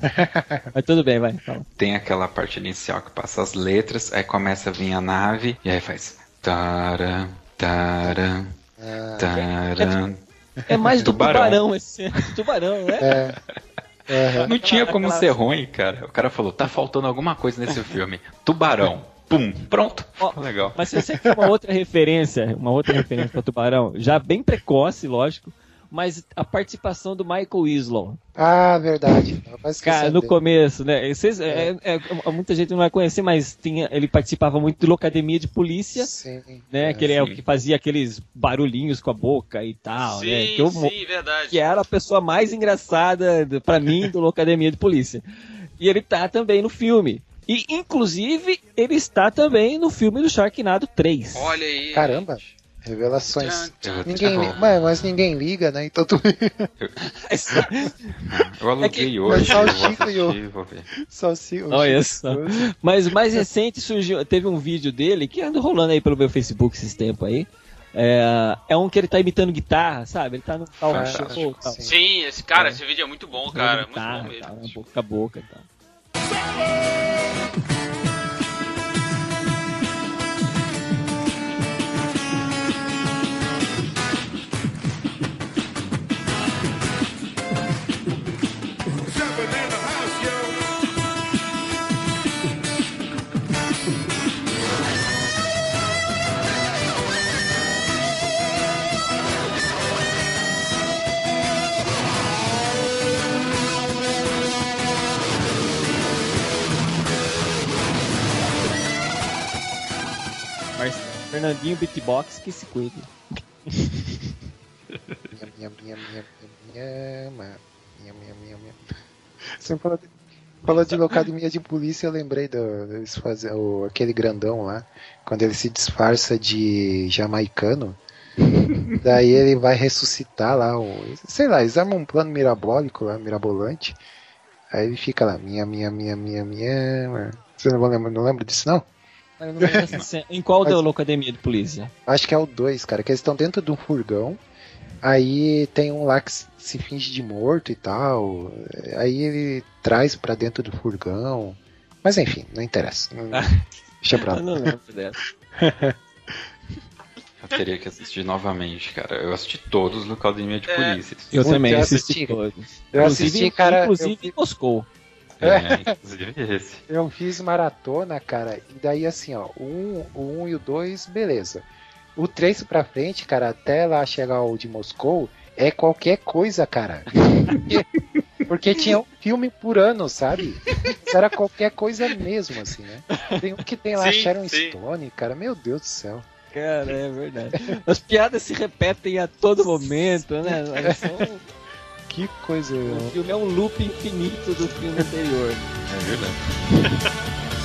Mas tudo bem, vai, fala. Tem aquela parte inicial que passa as letras, aí começa a vir a nave, e aí faz... Taran, taran, Ah, taran. É mais do Tubarão. tubarão, esse tubarão, né? é. Aham. Não tinha como aquela- ser ruim, cara. O cara falou, tá faltando alguma coisa nesse filme. Tubarão. Pum, pronto. Ó, Ficou legal. Mas se você quer uma outra referência, uma outra referência para Tubarão, já bem precoce, lógico, mas a participação do Michael Winslow. Ah, verdade. Não vai esquecer Cara, no dele. começo, né? Vocês, é, é, é, muita gente não vai conhecer, mas tinha, ele participava muito de Locademia de Polícia, Sim. né? Que ele é o sim. que fazia aqueles barulhinhos com a boca e tal, Sim, né? Que, eu, sim, verdade. que era a pessoa mais engraçada do- pra mim do Locademia de Polícia. E ele tá também no filme. E, inclusive, ele está também no filme do Sharknado três. Olha aí. Caramba. Revelações. Tchan, tchan. Ninguém Tá li... bom. mas, mas ninguém liga, né? Então tu... Eu aluguei que- hoje, mas só o eu vou Chico e o- assistir, vou ver. só se... Olha só. Mas o mais recente surgiu, teve um vídeo dele que anda rolando aí pelo meu Facebook esses tempos aí. É, é um que ele tá imitando guitarra, sabe? Ele tá no tal Fantástico, show, tal. sim. Sim, esse cara, esse vídeo é muito bom, cara. Muito guitarra, bom mesmo. tal, né? Boca a boca e tal. Jumping in the house, yo. Fernandinho Beatbox que se cuide. Minha, minha, minha, minha, minha, minha, minha, minha, minha. Você falou de, falou de locademia de polícia, eu lembrei do, eles fazem, o, aquele grandão lá, quando ele se disfarça de jamaicano, daí ele vai ressuscitar lá, o, sei lá, eles armam um plano mirabólico lá, mirabolante, aí ele fica lá, minha, minha, minha, minha, minha. Você não lembra, não lembra disso não? Eu não lembro dessa cena. Em qual da locademia de polícia? Acho que é o dois, cara, que eles estão dentro de um furgão. Aí tem um lá que se finge de morto e tal. Aí ele traz pra dentro do furgão. Mas enfim, não interessa. Não, deixa pra lá. Eu não lembro dessa. Eu teria que assistir novamente, cara. Eu assisti todos no Locademia de Polícia. Eu também eu assisti, assisti todos. Eu assisti, cara. Inclusive eu... em Moscou. É, inclusive esse. Eu fiz maratona, cara. E daí assim, ó. O um, o um e o dois, beleza. O três pra frente, cara, até lá chegar o de Moscou, é qualquer coisa, cara. Porque, porque tinha um filme por ano, sabe? Isso era qualquer coisa mesmo, assim, né? Tem um que tem lá Sim, Sharon sim. Stone, cara, meu Deus do céu. Cara, é verdade. As piadas se repetem a todo momento, né? Elas são... Que coisa. O filme é um loop infinito do filme anterior. É verdade.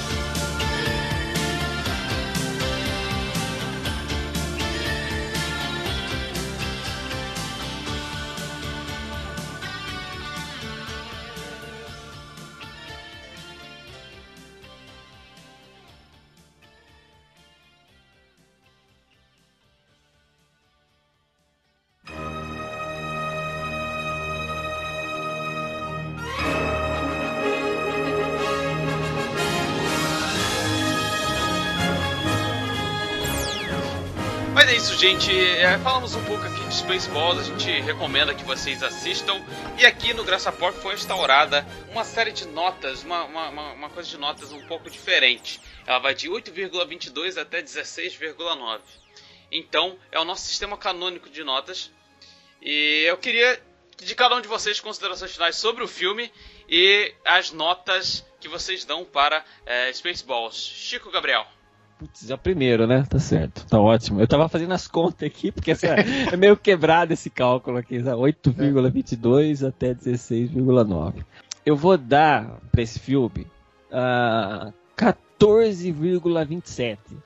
Mas é isso, gente. É, falamos um pouco aqui de Spaceballs. A gente recomenda que vocês assistam. E aqui no Graça Pop foi instaurada uma série de notas, uma, uma, uma, uma coisa de notas um pouco diferente. Ela vai de oito vírgula vinte e dois até dezesseis vírgula nove. Então, é o nosso sistema canônico de notas. E eu queria de cada um de vocês considerações finais sobre o filme e as notas que vocês dão para é, Spaceballs. Chico Gabriel. Putz, é o primeiro, né? Tá certo, tá ótimo. Eu tava fazendo as contas aqui, porque essa, é meio quebrado esse cálculo aqui, oito vírgula vinte e dois até dezesseis vírgula nove. Eu vou dar pra esse filme uh, quatorze vírgula vinte e sete.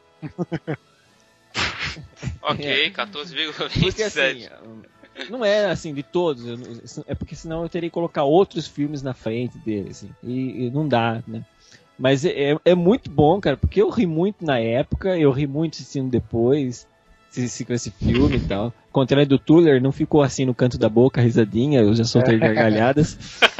Ok, quatorze vírgula vinte e sete. Porque assim, não é assim de todos, é porque senão eu teria que colocar outros filmes na frente dele, assim, e, e não dá, né? Mas é, é muito bom, cara, porque eu ri muito na época, eu ri muito assistindo depois, com esse filme e tal. O contrário do Tuller, não ficou assim no canto da boca, risadinha, eu já soltei gargalhadas.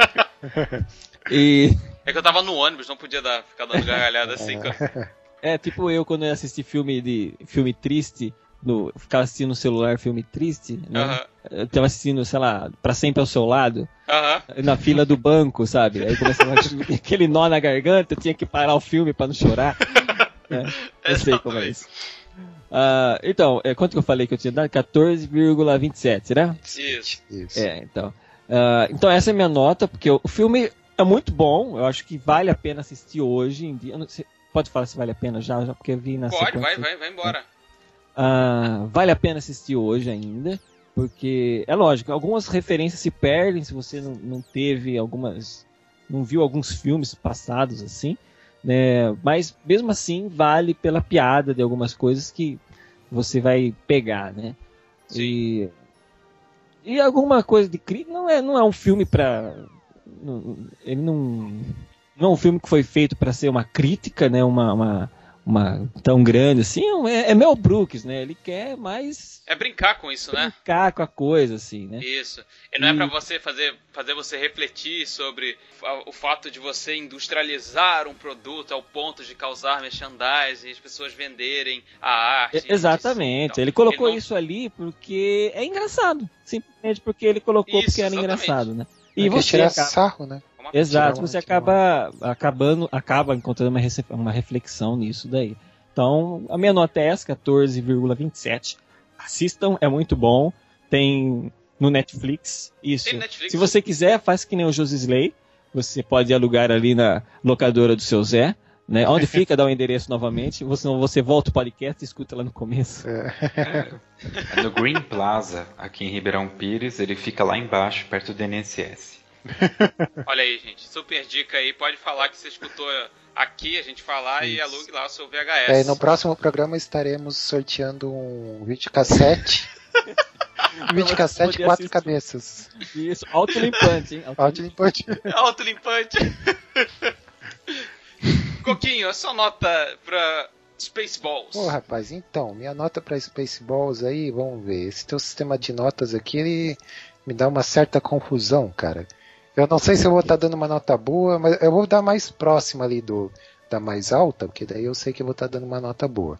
E... É que eu tava no ônibus, não podia dar, ficar dando gargalhada assim. Cara. É, tipo eu quando eu assisti filme de filme triste, no, ficava assistindo no celular filme triste, né? Uh-huh. Eu tava assistindo, sei lá, Pra Sempre ao Seu Lado, uh-huh. na fila do banco, sabe? Aí começava aquele nó na garganta, eu tinha que parar o filme pra não chorar. Né? Eu sei como é isso. Uh, então, é, quanto que eu falei que eu tinha dado? quatorze vírgula vinte e sete, né? Isso. Isso. É, então. Uh, então essa é a minha nota, porque o, o filme é muito bom, eu acho que vale a pena assistir hoje em dia. Não sei, pode falar se vale a pena já, já porque eu vi na Pode, sequência. vai, vai, vai embora. Uh, vale a pena assistir hoje ainda, porque é lógico, algumas referências se perdem se você não, não teve algumas, não viu alguns filmes passados assim, né? Mas mesmo assim vale pela piada de algumas coisas que você vai pegar, né? Sim. E, e alguma coisa de crítica, não é, não é um filme para, ele não, não é um filme que foi feito para ser uma crítica, né? Uma, uma Uma, tão grande assim, é, é Mel Brooks, né? Ele quer mais... É brincar com isso, né? Brincar com a coisa, assim, né? Isso. E não e... é pra você fazer, fazer você refletir sobre o fato de você industrializar um produto ao ponto de causar merchandising e as pessoas venderem a arte. É, exatamente. Então, ele colocou ele não... isso ali porque é engraçado. Simplesmente porque ele colocou isso, porque era exatamente. Engraçado, né? E é você acaba... sarro, né? Exato, você acaba acabando, acaba encontrando uma, uma reflexão nisso daí. Então, a minha nota é essa, quatorze vírgula vinte e sete. Assistam, é muito bom. Tem no Netflix. Isso. Tem Netflix. Se você quiser, faz que nem o Josisley. Você pode alugar ali na locadora do seu Zé, Né? Onde fica, dá o endereço novamente. Você, você volta o podcast e escuta lá no começo. É. É no Green Plaza, aqui em Ribeirão Pires. Ele fica lá embaixo, perto do I N S S. Olha aí, gente. Super dica aí. Pode falar que você escutou aqui a gente falar Isso. e alugue lá o seu V H S. É, e no próximo programa estaremos sorteando um videocassete. um videocassete quatro assistir. Cabeças. Isso, autolimpante, hein? Autolimpante. Autolimpante. Coquinho, a sua nota pra Spaceballs? Pô, rapaz, então, minha nota pra Spaceballs aí, vamos ver. Esse teu sistema de notas aqui, ele me dá uma certa confusão, cara. Eu não sei se eu vou estar tá dando uma nota boa, mas eu vou dar mais próxima ali do da mais alta, porque daí eu sei que eu vou estar tá dando uma nota boa.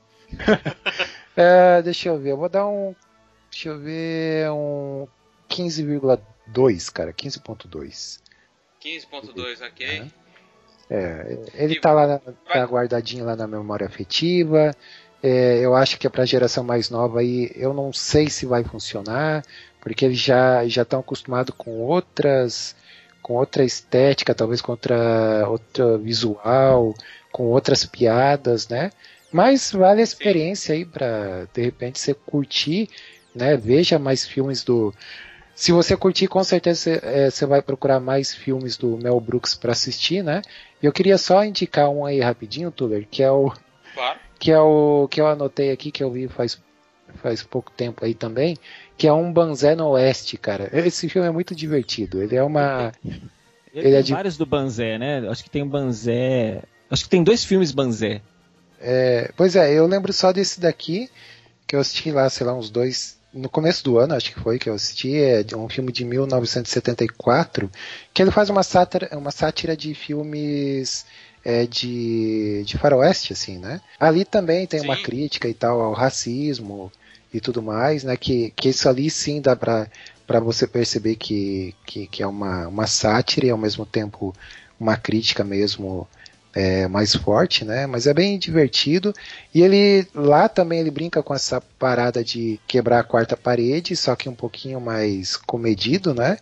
é, deixa eu ver, eu vou dar um. Deixa eu ver, um quinze vírgula dois, cara, quinze vírgula dois. quinze vírgula dois, ok. É, é ele e tá lá, tá guardadinho lá na memória afetiva. É, eu acho que é pra geração mais nova aí, eu não sei se vai funcionar, porque eles já já estão acostumados com outras. Com outra estética, talvez com outra, outra visual, com outras piadas, né? Mas vale a experiência aí para de repente você curtir, né? Veja mais filmes do. Se você curtir, com certeza você, é, você vai procurar mais filmes do Mel Brooks para assistir, né? E eu queria só indicar um aí rapidinho, Tuller, que é o claro. que é o que eu anotei aqui, que eu vi faz faz pouco tempo aí também, que é um Banzé no Oeste, cara. Esse filme é muito divertido. Ele é uma... Ele, ele tem é de... vários do Banzé, né? Acho que tem um Banzé... Acho que tem dois filmes Banzé. É, pois é, eu lembro só desse daqui, que eu assisti lá, sei lá, uns dois... No começo do ano, acho que foi, que eu assisti. É um filme de mil novecentos e setenta e quatro, que ele faz uma sátira, uma sátira de filmes... É de, de faroeste, assim, né? Ali também tem sim. uma crítica e tal ao racismo e tudo mais, né? Que, que isso ali sim dá pra, pra você perceber que, que, que é uma, uma sátira e ao mesmo tempo uma crítica mesmo é, mais forte, né? Mas é bem divertido. E ele lá também ele brinca com essa parada de quebrar a quarta parede, só que um pouquinho mais comedido, né?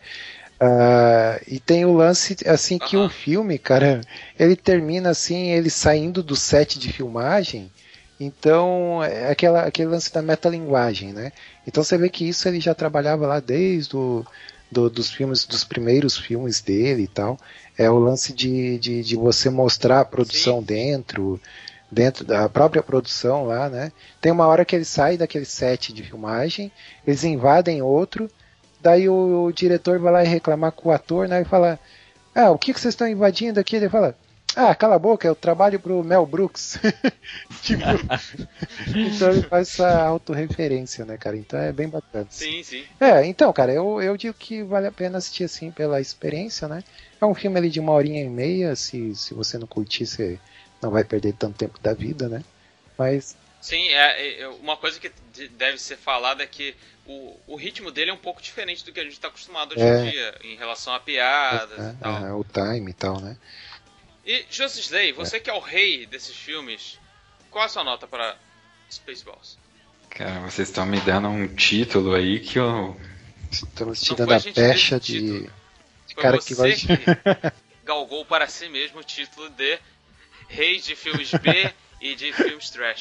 Uh, e tem o lance assim que o uhum. filme, cara, ele termina assim, ele saindo do set de filmagem. Então é aquela, aquele lance da metalinguagem, né? Então você vê que isso ele já trabalhava lá desde o, do, dos filmes, dos primeiros filmes dele e tal. É o lance de, de, de você mostrar a produção Sim. dentro dentro da própria produção lá, né? Tem uma hora que ele sai daquele set de filmagem, eles invadem outro. Daí o, o diretor vai lá e reclamar com o ator, né? E fala, ah, o que, que vocês estão invadindo aqui? Ele fala, ah, cala a boca, eu trabalho pro Mel Brooks. Tipo, então ele faz essa autorreferência, né, cara? Então é bem bacana. Sim, sim. É, então, cara, eu, eu digo que vale a pena assistir assim pela experiência, né? É um filme ali de uma horinha e meia, se, se você não curtir, você não vai perder tanto tempo da vida, né? Mas... Sim, é, é, uma coisa que deve ser falada é que o, o ritmo dele é um pouco diferente do que a gente está acostumado hoje é. em dia, em relação a piadas é, e tal. É, o time e tal, né? E, Justice Day, você é. que é o rei desses filmes, qual a sua nota para Spaceballs? Cara, vocês estão me dando um título aí que eu... Estamos te dando a pecha de... de Foi cara você que vai... que galgou para si mesmo o título de rei de filmes B... E de filmes trash.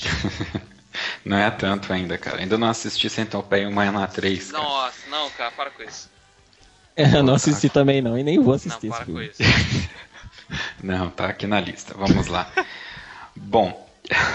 Não é tanto ainda, cara. Ainda não assisti Centopeia Humana três, cara. Nossa, não, cara, para com isso. É, eu não assisti também não, e nem vou assistir não, para esse com filme. isso. Não, tá aqui na lista. Vamos lá. Bom,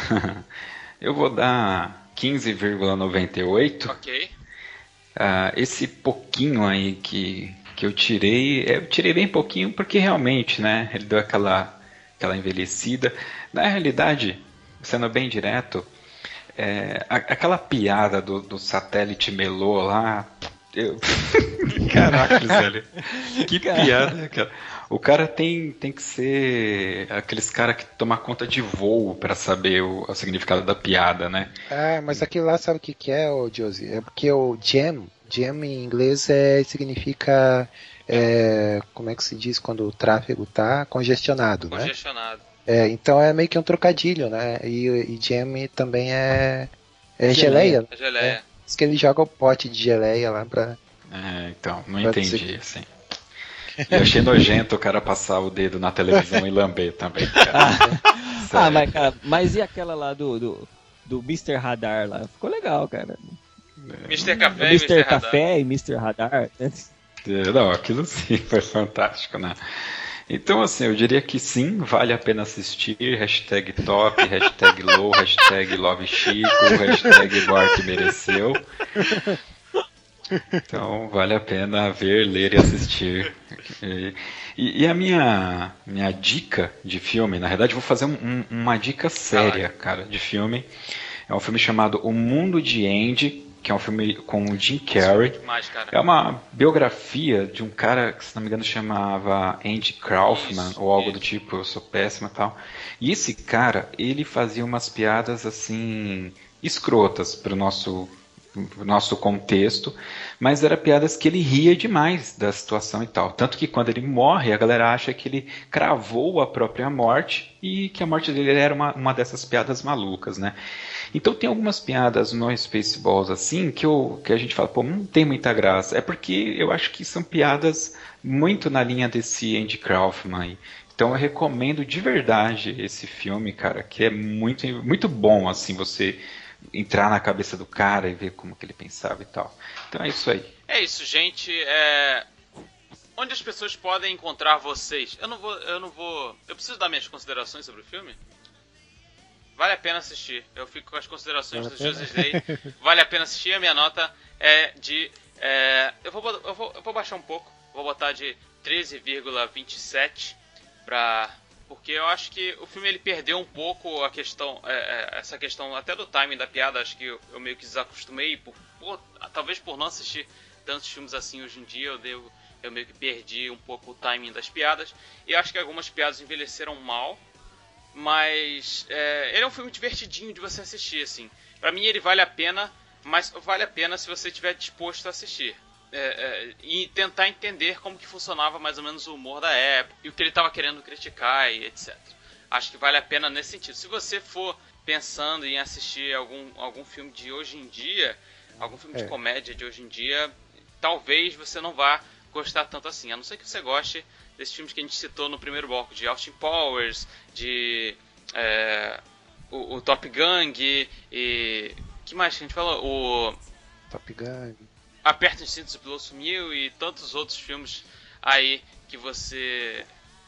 eu vou dar quinze vírgula noventa e oito. Ok. Uh, esse pouquinho aí que, que eu tirei, eu tirei bem pouquinho porque realmente, né, ele deu aquela, aquela envelhecida. Na realidade... Sendo bem direto, é, a, aquela piada do, do satélite melô lá, eu... caraca, velho, que piada, cara. O cara tem, tem que ser aqueles caras que tomam conta de voo para saber o, o significado da piada, né? Ah, mas aquilo lá sabe o que, que é, ô Josie? É porque o jam, jam em inglês é, significa, é, como é que se diz quando o tráfego tá congestionado, né? Congestionado. É, então é meio que um trocadilho, né? E, e jam também é, é geleia. É geleia. É, diz que ele joga o pote de geleia lá pra... É, então, não entendi, dizer... assim. E eu achei nojento o cara passar o dedo na televisão e lamber também, cara. Ah, mas, cara, mas e aquela lá do, do, do mister Radar lá? Ficou legal, cara. mister Café o e mister mister Café e mister Radar. Não, aquilo sim, foi fantástico, né? Então, assim, eu diria que sim, vale a pena assistir. Hashtag top, hashtag low, hashtag love Chico, hashtag Bart mereceu. Então, vale a pena ver, ler e assistir. E, e, e a minha, minha dica de filme, na verdade, eu vou fazer um, um, uma dica séria, cara, de filme. É um filme chamado O Mundo de Andy, que é um filme com o Jim Carrey. É uma biografia de um cara que, se não me engano, chamava Andy Kaufman, isso, ou algo isso. do tipo, eu sou péssimo e tal. E esse cara, ele fazia umas piadas, assim, escrotas pro nosso, pro nosso contexto, mas eram piadas que ele ria demais da situação e tal. Tanto que quando ele morre, a galera acha que ele cravou a própria morte e que a morte dele era uma, uma dessas piadas malucas, né? Então tem algumas piadas no Spaceballs assim que, eu, que a gente fala, pô, não tem muita graça. É porque eu acho que são piadas muito na linha desse Andy Kaufman. Então eu recomendo de verdade esse filme, cara, que é muito, muito bom, assim, você entrar na cabeça do cara e ver como que ele pensava e tal. Então é isso aí. É isso, gente. É... Onde as pessoas podem encontrar vocês? Eu não vou, eu não vou... Eu preciso dar minhas considerações sobre o filme? Vale a pena assistir. Eu fico com as considerações vale do José Day. Vale a pena assistir. A minha nota é de... É, eu, vou, eu, vou, eu vou baixar um pouco. Vou botar de treze vírgula vinte e sete. Pra, porque eu acho que o filme ele perdeu um pouco a questão... É, é, essa questão até do timing da piada. Acho que eu, eu meio que desacostumei. Por, por, talvez por não assistir tantos filmes assim hoje em dia. Eu, devo, eu meio que perdi um pouco o timing das piadas. E acho que algumas piadas envelheceram mal. Mas é, ele é um filme divertidinho de você assistir, assim. Pra mim ele vale a pena, mas vale a pena se você estiver disposto a assistir. É, é, e tentar entender como que funcionava mais ou menos o humor da época, e o que ele estava querendo criticar e etcétera. Acho que vale a pena nesse sentido. Se você for pensando em assistir algum, algum filme de hoje em dia, algum filme é. de comédia de hoje em dia, talvez você não vá gostar tanto assim. A não ser que você goste desses filmes que a gente citou no primeiro bloco, de Austin Powers, de é, o, o Top Gun e... que mais que a gente falou? O Top Gun, Aperta os Cintos, o Piloto Sumiu e tantos outros filmes aí que você...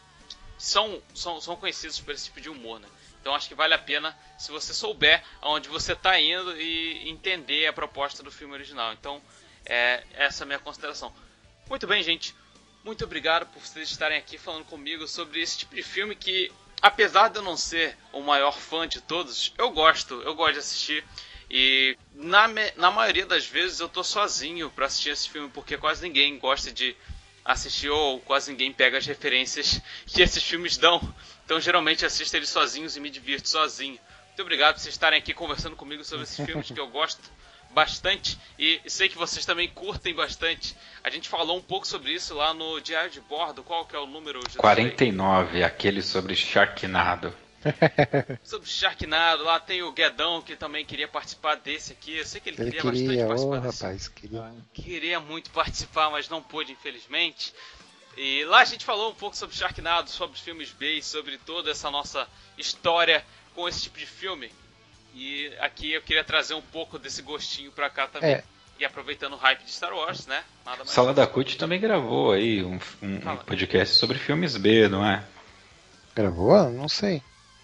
São, são, são conhecidos por esse tipo de humor, né? Então acho que vale a pena se você souber aonde você está indo e entender a proposta do filme original. Então é, essa é a minha consideração. Muito bem, gente. Muito obrigado por vocês estarem aqui falando comigo sobre esse tipo de filme que, apesar de eu não ser o maior fã de todos, eu gosto, eu gosto de assistir. E na, na maioria das vezes eu tô sozinho pra assistir esse filme, porque quase ninguém gosta de assistir ou quase ninguém pega as referências que esses filmes dão. Então geralmente assisto eles sozinhos e me divirto sozinho. Muito obrigado por vocês estarem aqui conversando comigo sobre esses filmes que eu gosto bastante e sei que vocês também curtem bastante. A gente falou um pouco sobre isso lá no Diário de Bordo. Qual que é o número? quarenta e nove, aquele sobre Sharknado. Sobre Sharknado, lá tem o Guedão que também queria participar desse aqui. Eu sei que ele, ele queria, queria bastante oh, participar desse. Rapaz, queria. Queria muito participar, mas não pôde, infelizmente. E lá a gente falou um pouco sobre Sharknado, sobre os filmes B, sobre toda essa nossa história com esse tipo de filme. E aqui eu queria trazer um pouco desse gostinho pra cá também. É. E aproveitando o hype de Star Wars, né? Nada mais. Sala da Cut também gravou aí um, um, um podcast sobre filmes B, não é? Gravou? Não sei.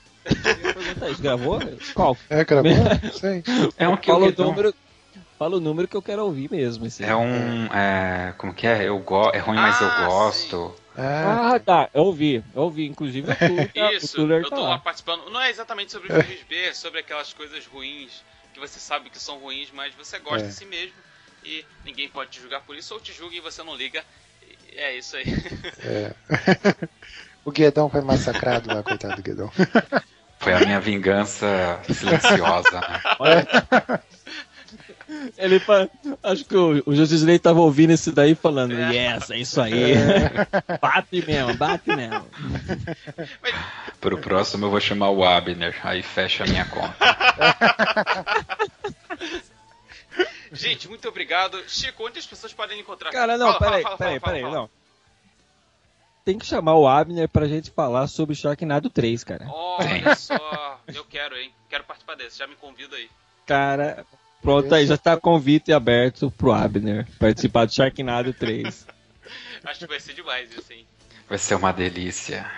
Gravou? Qual? É, gravou? Não sei. É um que fala, eu o número, fala o número que eu quero ouvir mesmo. Esse é um... É, como que é? Eu go... É ruim, ah, mas eu gosto. Ah, ah, tá. Eu ouvi. Eu ouvi. Inclusive o Tuller, Isso, o Tuller eu tá tô lá. lá participando. Não é exatamente sobre filmes B, é sobre aquelas coisas ruins que você sabe que são ruins, mas você gosta É. de si mesmo e ninguém pode te julgar por isso, ou te julga e você não liga. E é isso aí. É. O Guedão foi massacrado lá, coitado do Guedão. Foi a minha vingança silenciosa, né? Olha. Ele fa... Acho que o, o José Slay tava ouvindo isso daí falando, é. yes, é isso aí. É. Bate mesmo, bate mesmo. Pro próximo eu vou chamar o Abner, aí fecha a minha conta. Gente, muito obrigado. Chico, onde as pessoas podem encontrar? Cara, não, fala, peraí, fala, peraí, fala, peraí, fala, não. tem que chamar o Abner pra gente falar sobre Sharknado três, cara. Olha só, eu quero, hein? Quero participar desse, já me convida aí. Cara, pronto aí, já tá convite aberto pro Abner participar do Sharknado três. Acho que vai ser demais isso, hein? Vai ser uma delícia.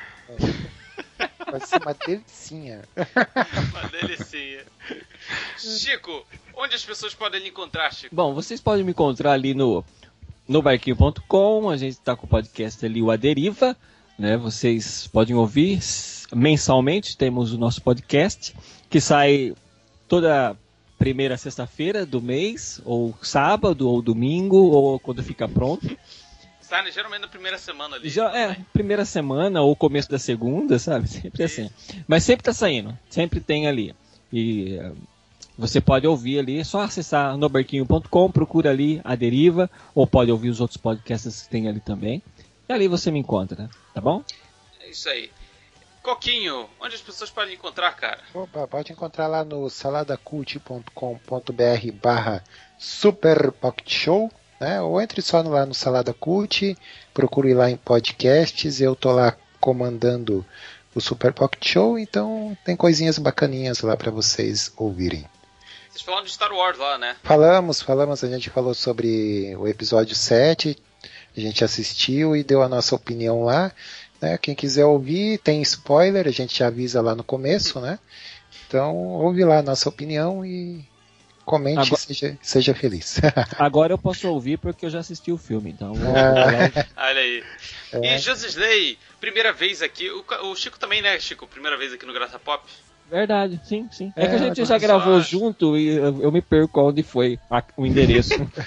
Vai ser uma delicinha. Uma delicinha. Chico, onde as pessoas podem lhe encontrar, Chico? Bom, vocês podem me encontrar ali no, no barquinho ponto com, a gente tá com o podcast ali, o A Deriva, né? Vocês podem ouvir mensalmente, temos o nosso podcast, que sai toda primeira sexta-feira do mês, ou sábado, ou domingo, ou quando fica pronto. Sai geralmente na primeira semana ali. Já, é, primeira semana ou começo da segunda, sabe? Sempre assim. Mas sempre tá saindo, sempre tem ali. E uh, você pode ouvir ali, é só acessar no barquinho ponto com, procura ali A Deriva, ou pode ouvir os outros podcasts que tem ali também. E ali você me encontra, tá bom? É isso aí. Coquinho, onde as pessoas podem encontrar, cara? Opa, pode encontrar lá no saladacult ponto com ponto b r barra Super Pocket Show. Né? Ou entre só lá no Salada Cult, procure lá em podcasts, eu tô lá comandando o Super Pocket Show, então tem coisinhas bacaninhas lá para vocês ouvirem. Vocês falaram de Star Wars lá, né? Falamos, falamos, a gente falou sobre o episódio sete, a gente assistiu e deu a nossa opinião lá, né? Quem quiser ouvir, tem spoiler, a gente já avisa lá no começo, né? Então ouve lá a nossa opinião e comente, agora, seja, seja feliz. Agora eu posso ouvir porque eu já assisti o filme, então. Vou... Ah. Olha aí. É. E Josisley, primeira vez aqui. O, o Chico também, né, Chico? Primeira vez aqui no Graça Pop. Verdade, sim, sim. É, é que a gente já só... gravou junto e eu, eu me perco onde foi a, o endereço.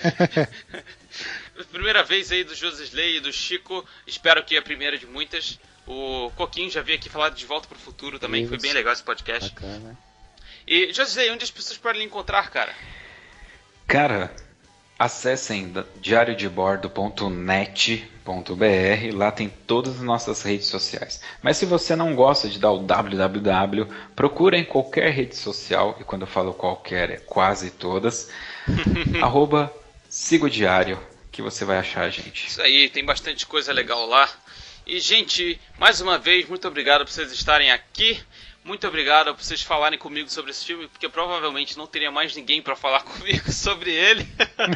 Primeira vez aí do Josisley e do Chico. Espero que é a primeira de muitas. O Coquinho já veio aqui falar de Volta pro Futuro também. Isso. Foi bem legal esse podcast. Bacana. E, José, onde as pessoas podem lhe encontrar, cara? Cara, acessem diário de bordo ponto net ponto b r, lá tem todas as nossas redes sociais. Mas se você não gosta de dar o www, procura em qualquer rede social, e quando eu falo qualquer, é quase todas, arroba siga o diário, que você vai achar a gente. Isso aí, tem bastante coisa legal lá. E, gente, mais uma vez, muito obrigado por vocês estarem aqui. Muito obrigado por vocês falarem comigo sobre esse filme, porque provavelmente não teria mais ninguém para falar comigo sobre ele.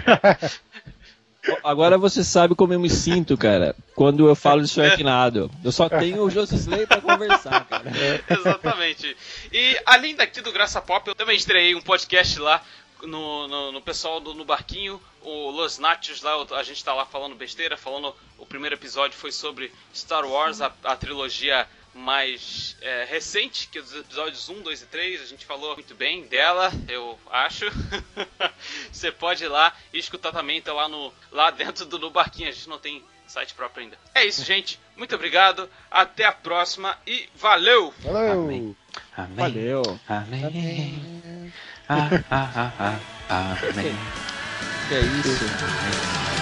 Agora você sabe como eu me sinto, cara, quando eu falo de Sharknado. Eu só tenho o Josisley para conversar, cara. Exatamente. E além daqui do Graça Pop, eu também estreiei um podcast lá no, no, no pessoal do No Barquinho, o Los Nachos lá, a gente tá lá falando besteira, falando, o primeiro episódio foi sobre Star Wars, a, a trilogia mais é, recente, que é dos episódios um, dois e três, a gente falou muito bem dela, eu acho. Você pode ir lá e escutar também, tá lá, no, lá dentro do No Barquinho, a gente não tem site próprio ainda. É isso, gente, muito obrigado, até a próxima e valeu! Valeu! Amém. Amém. Valeu! Amém! Amém. Ah, ah, ah, ah, amém! Que é isso?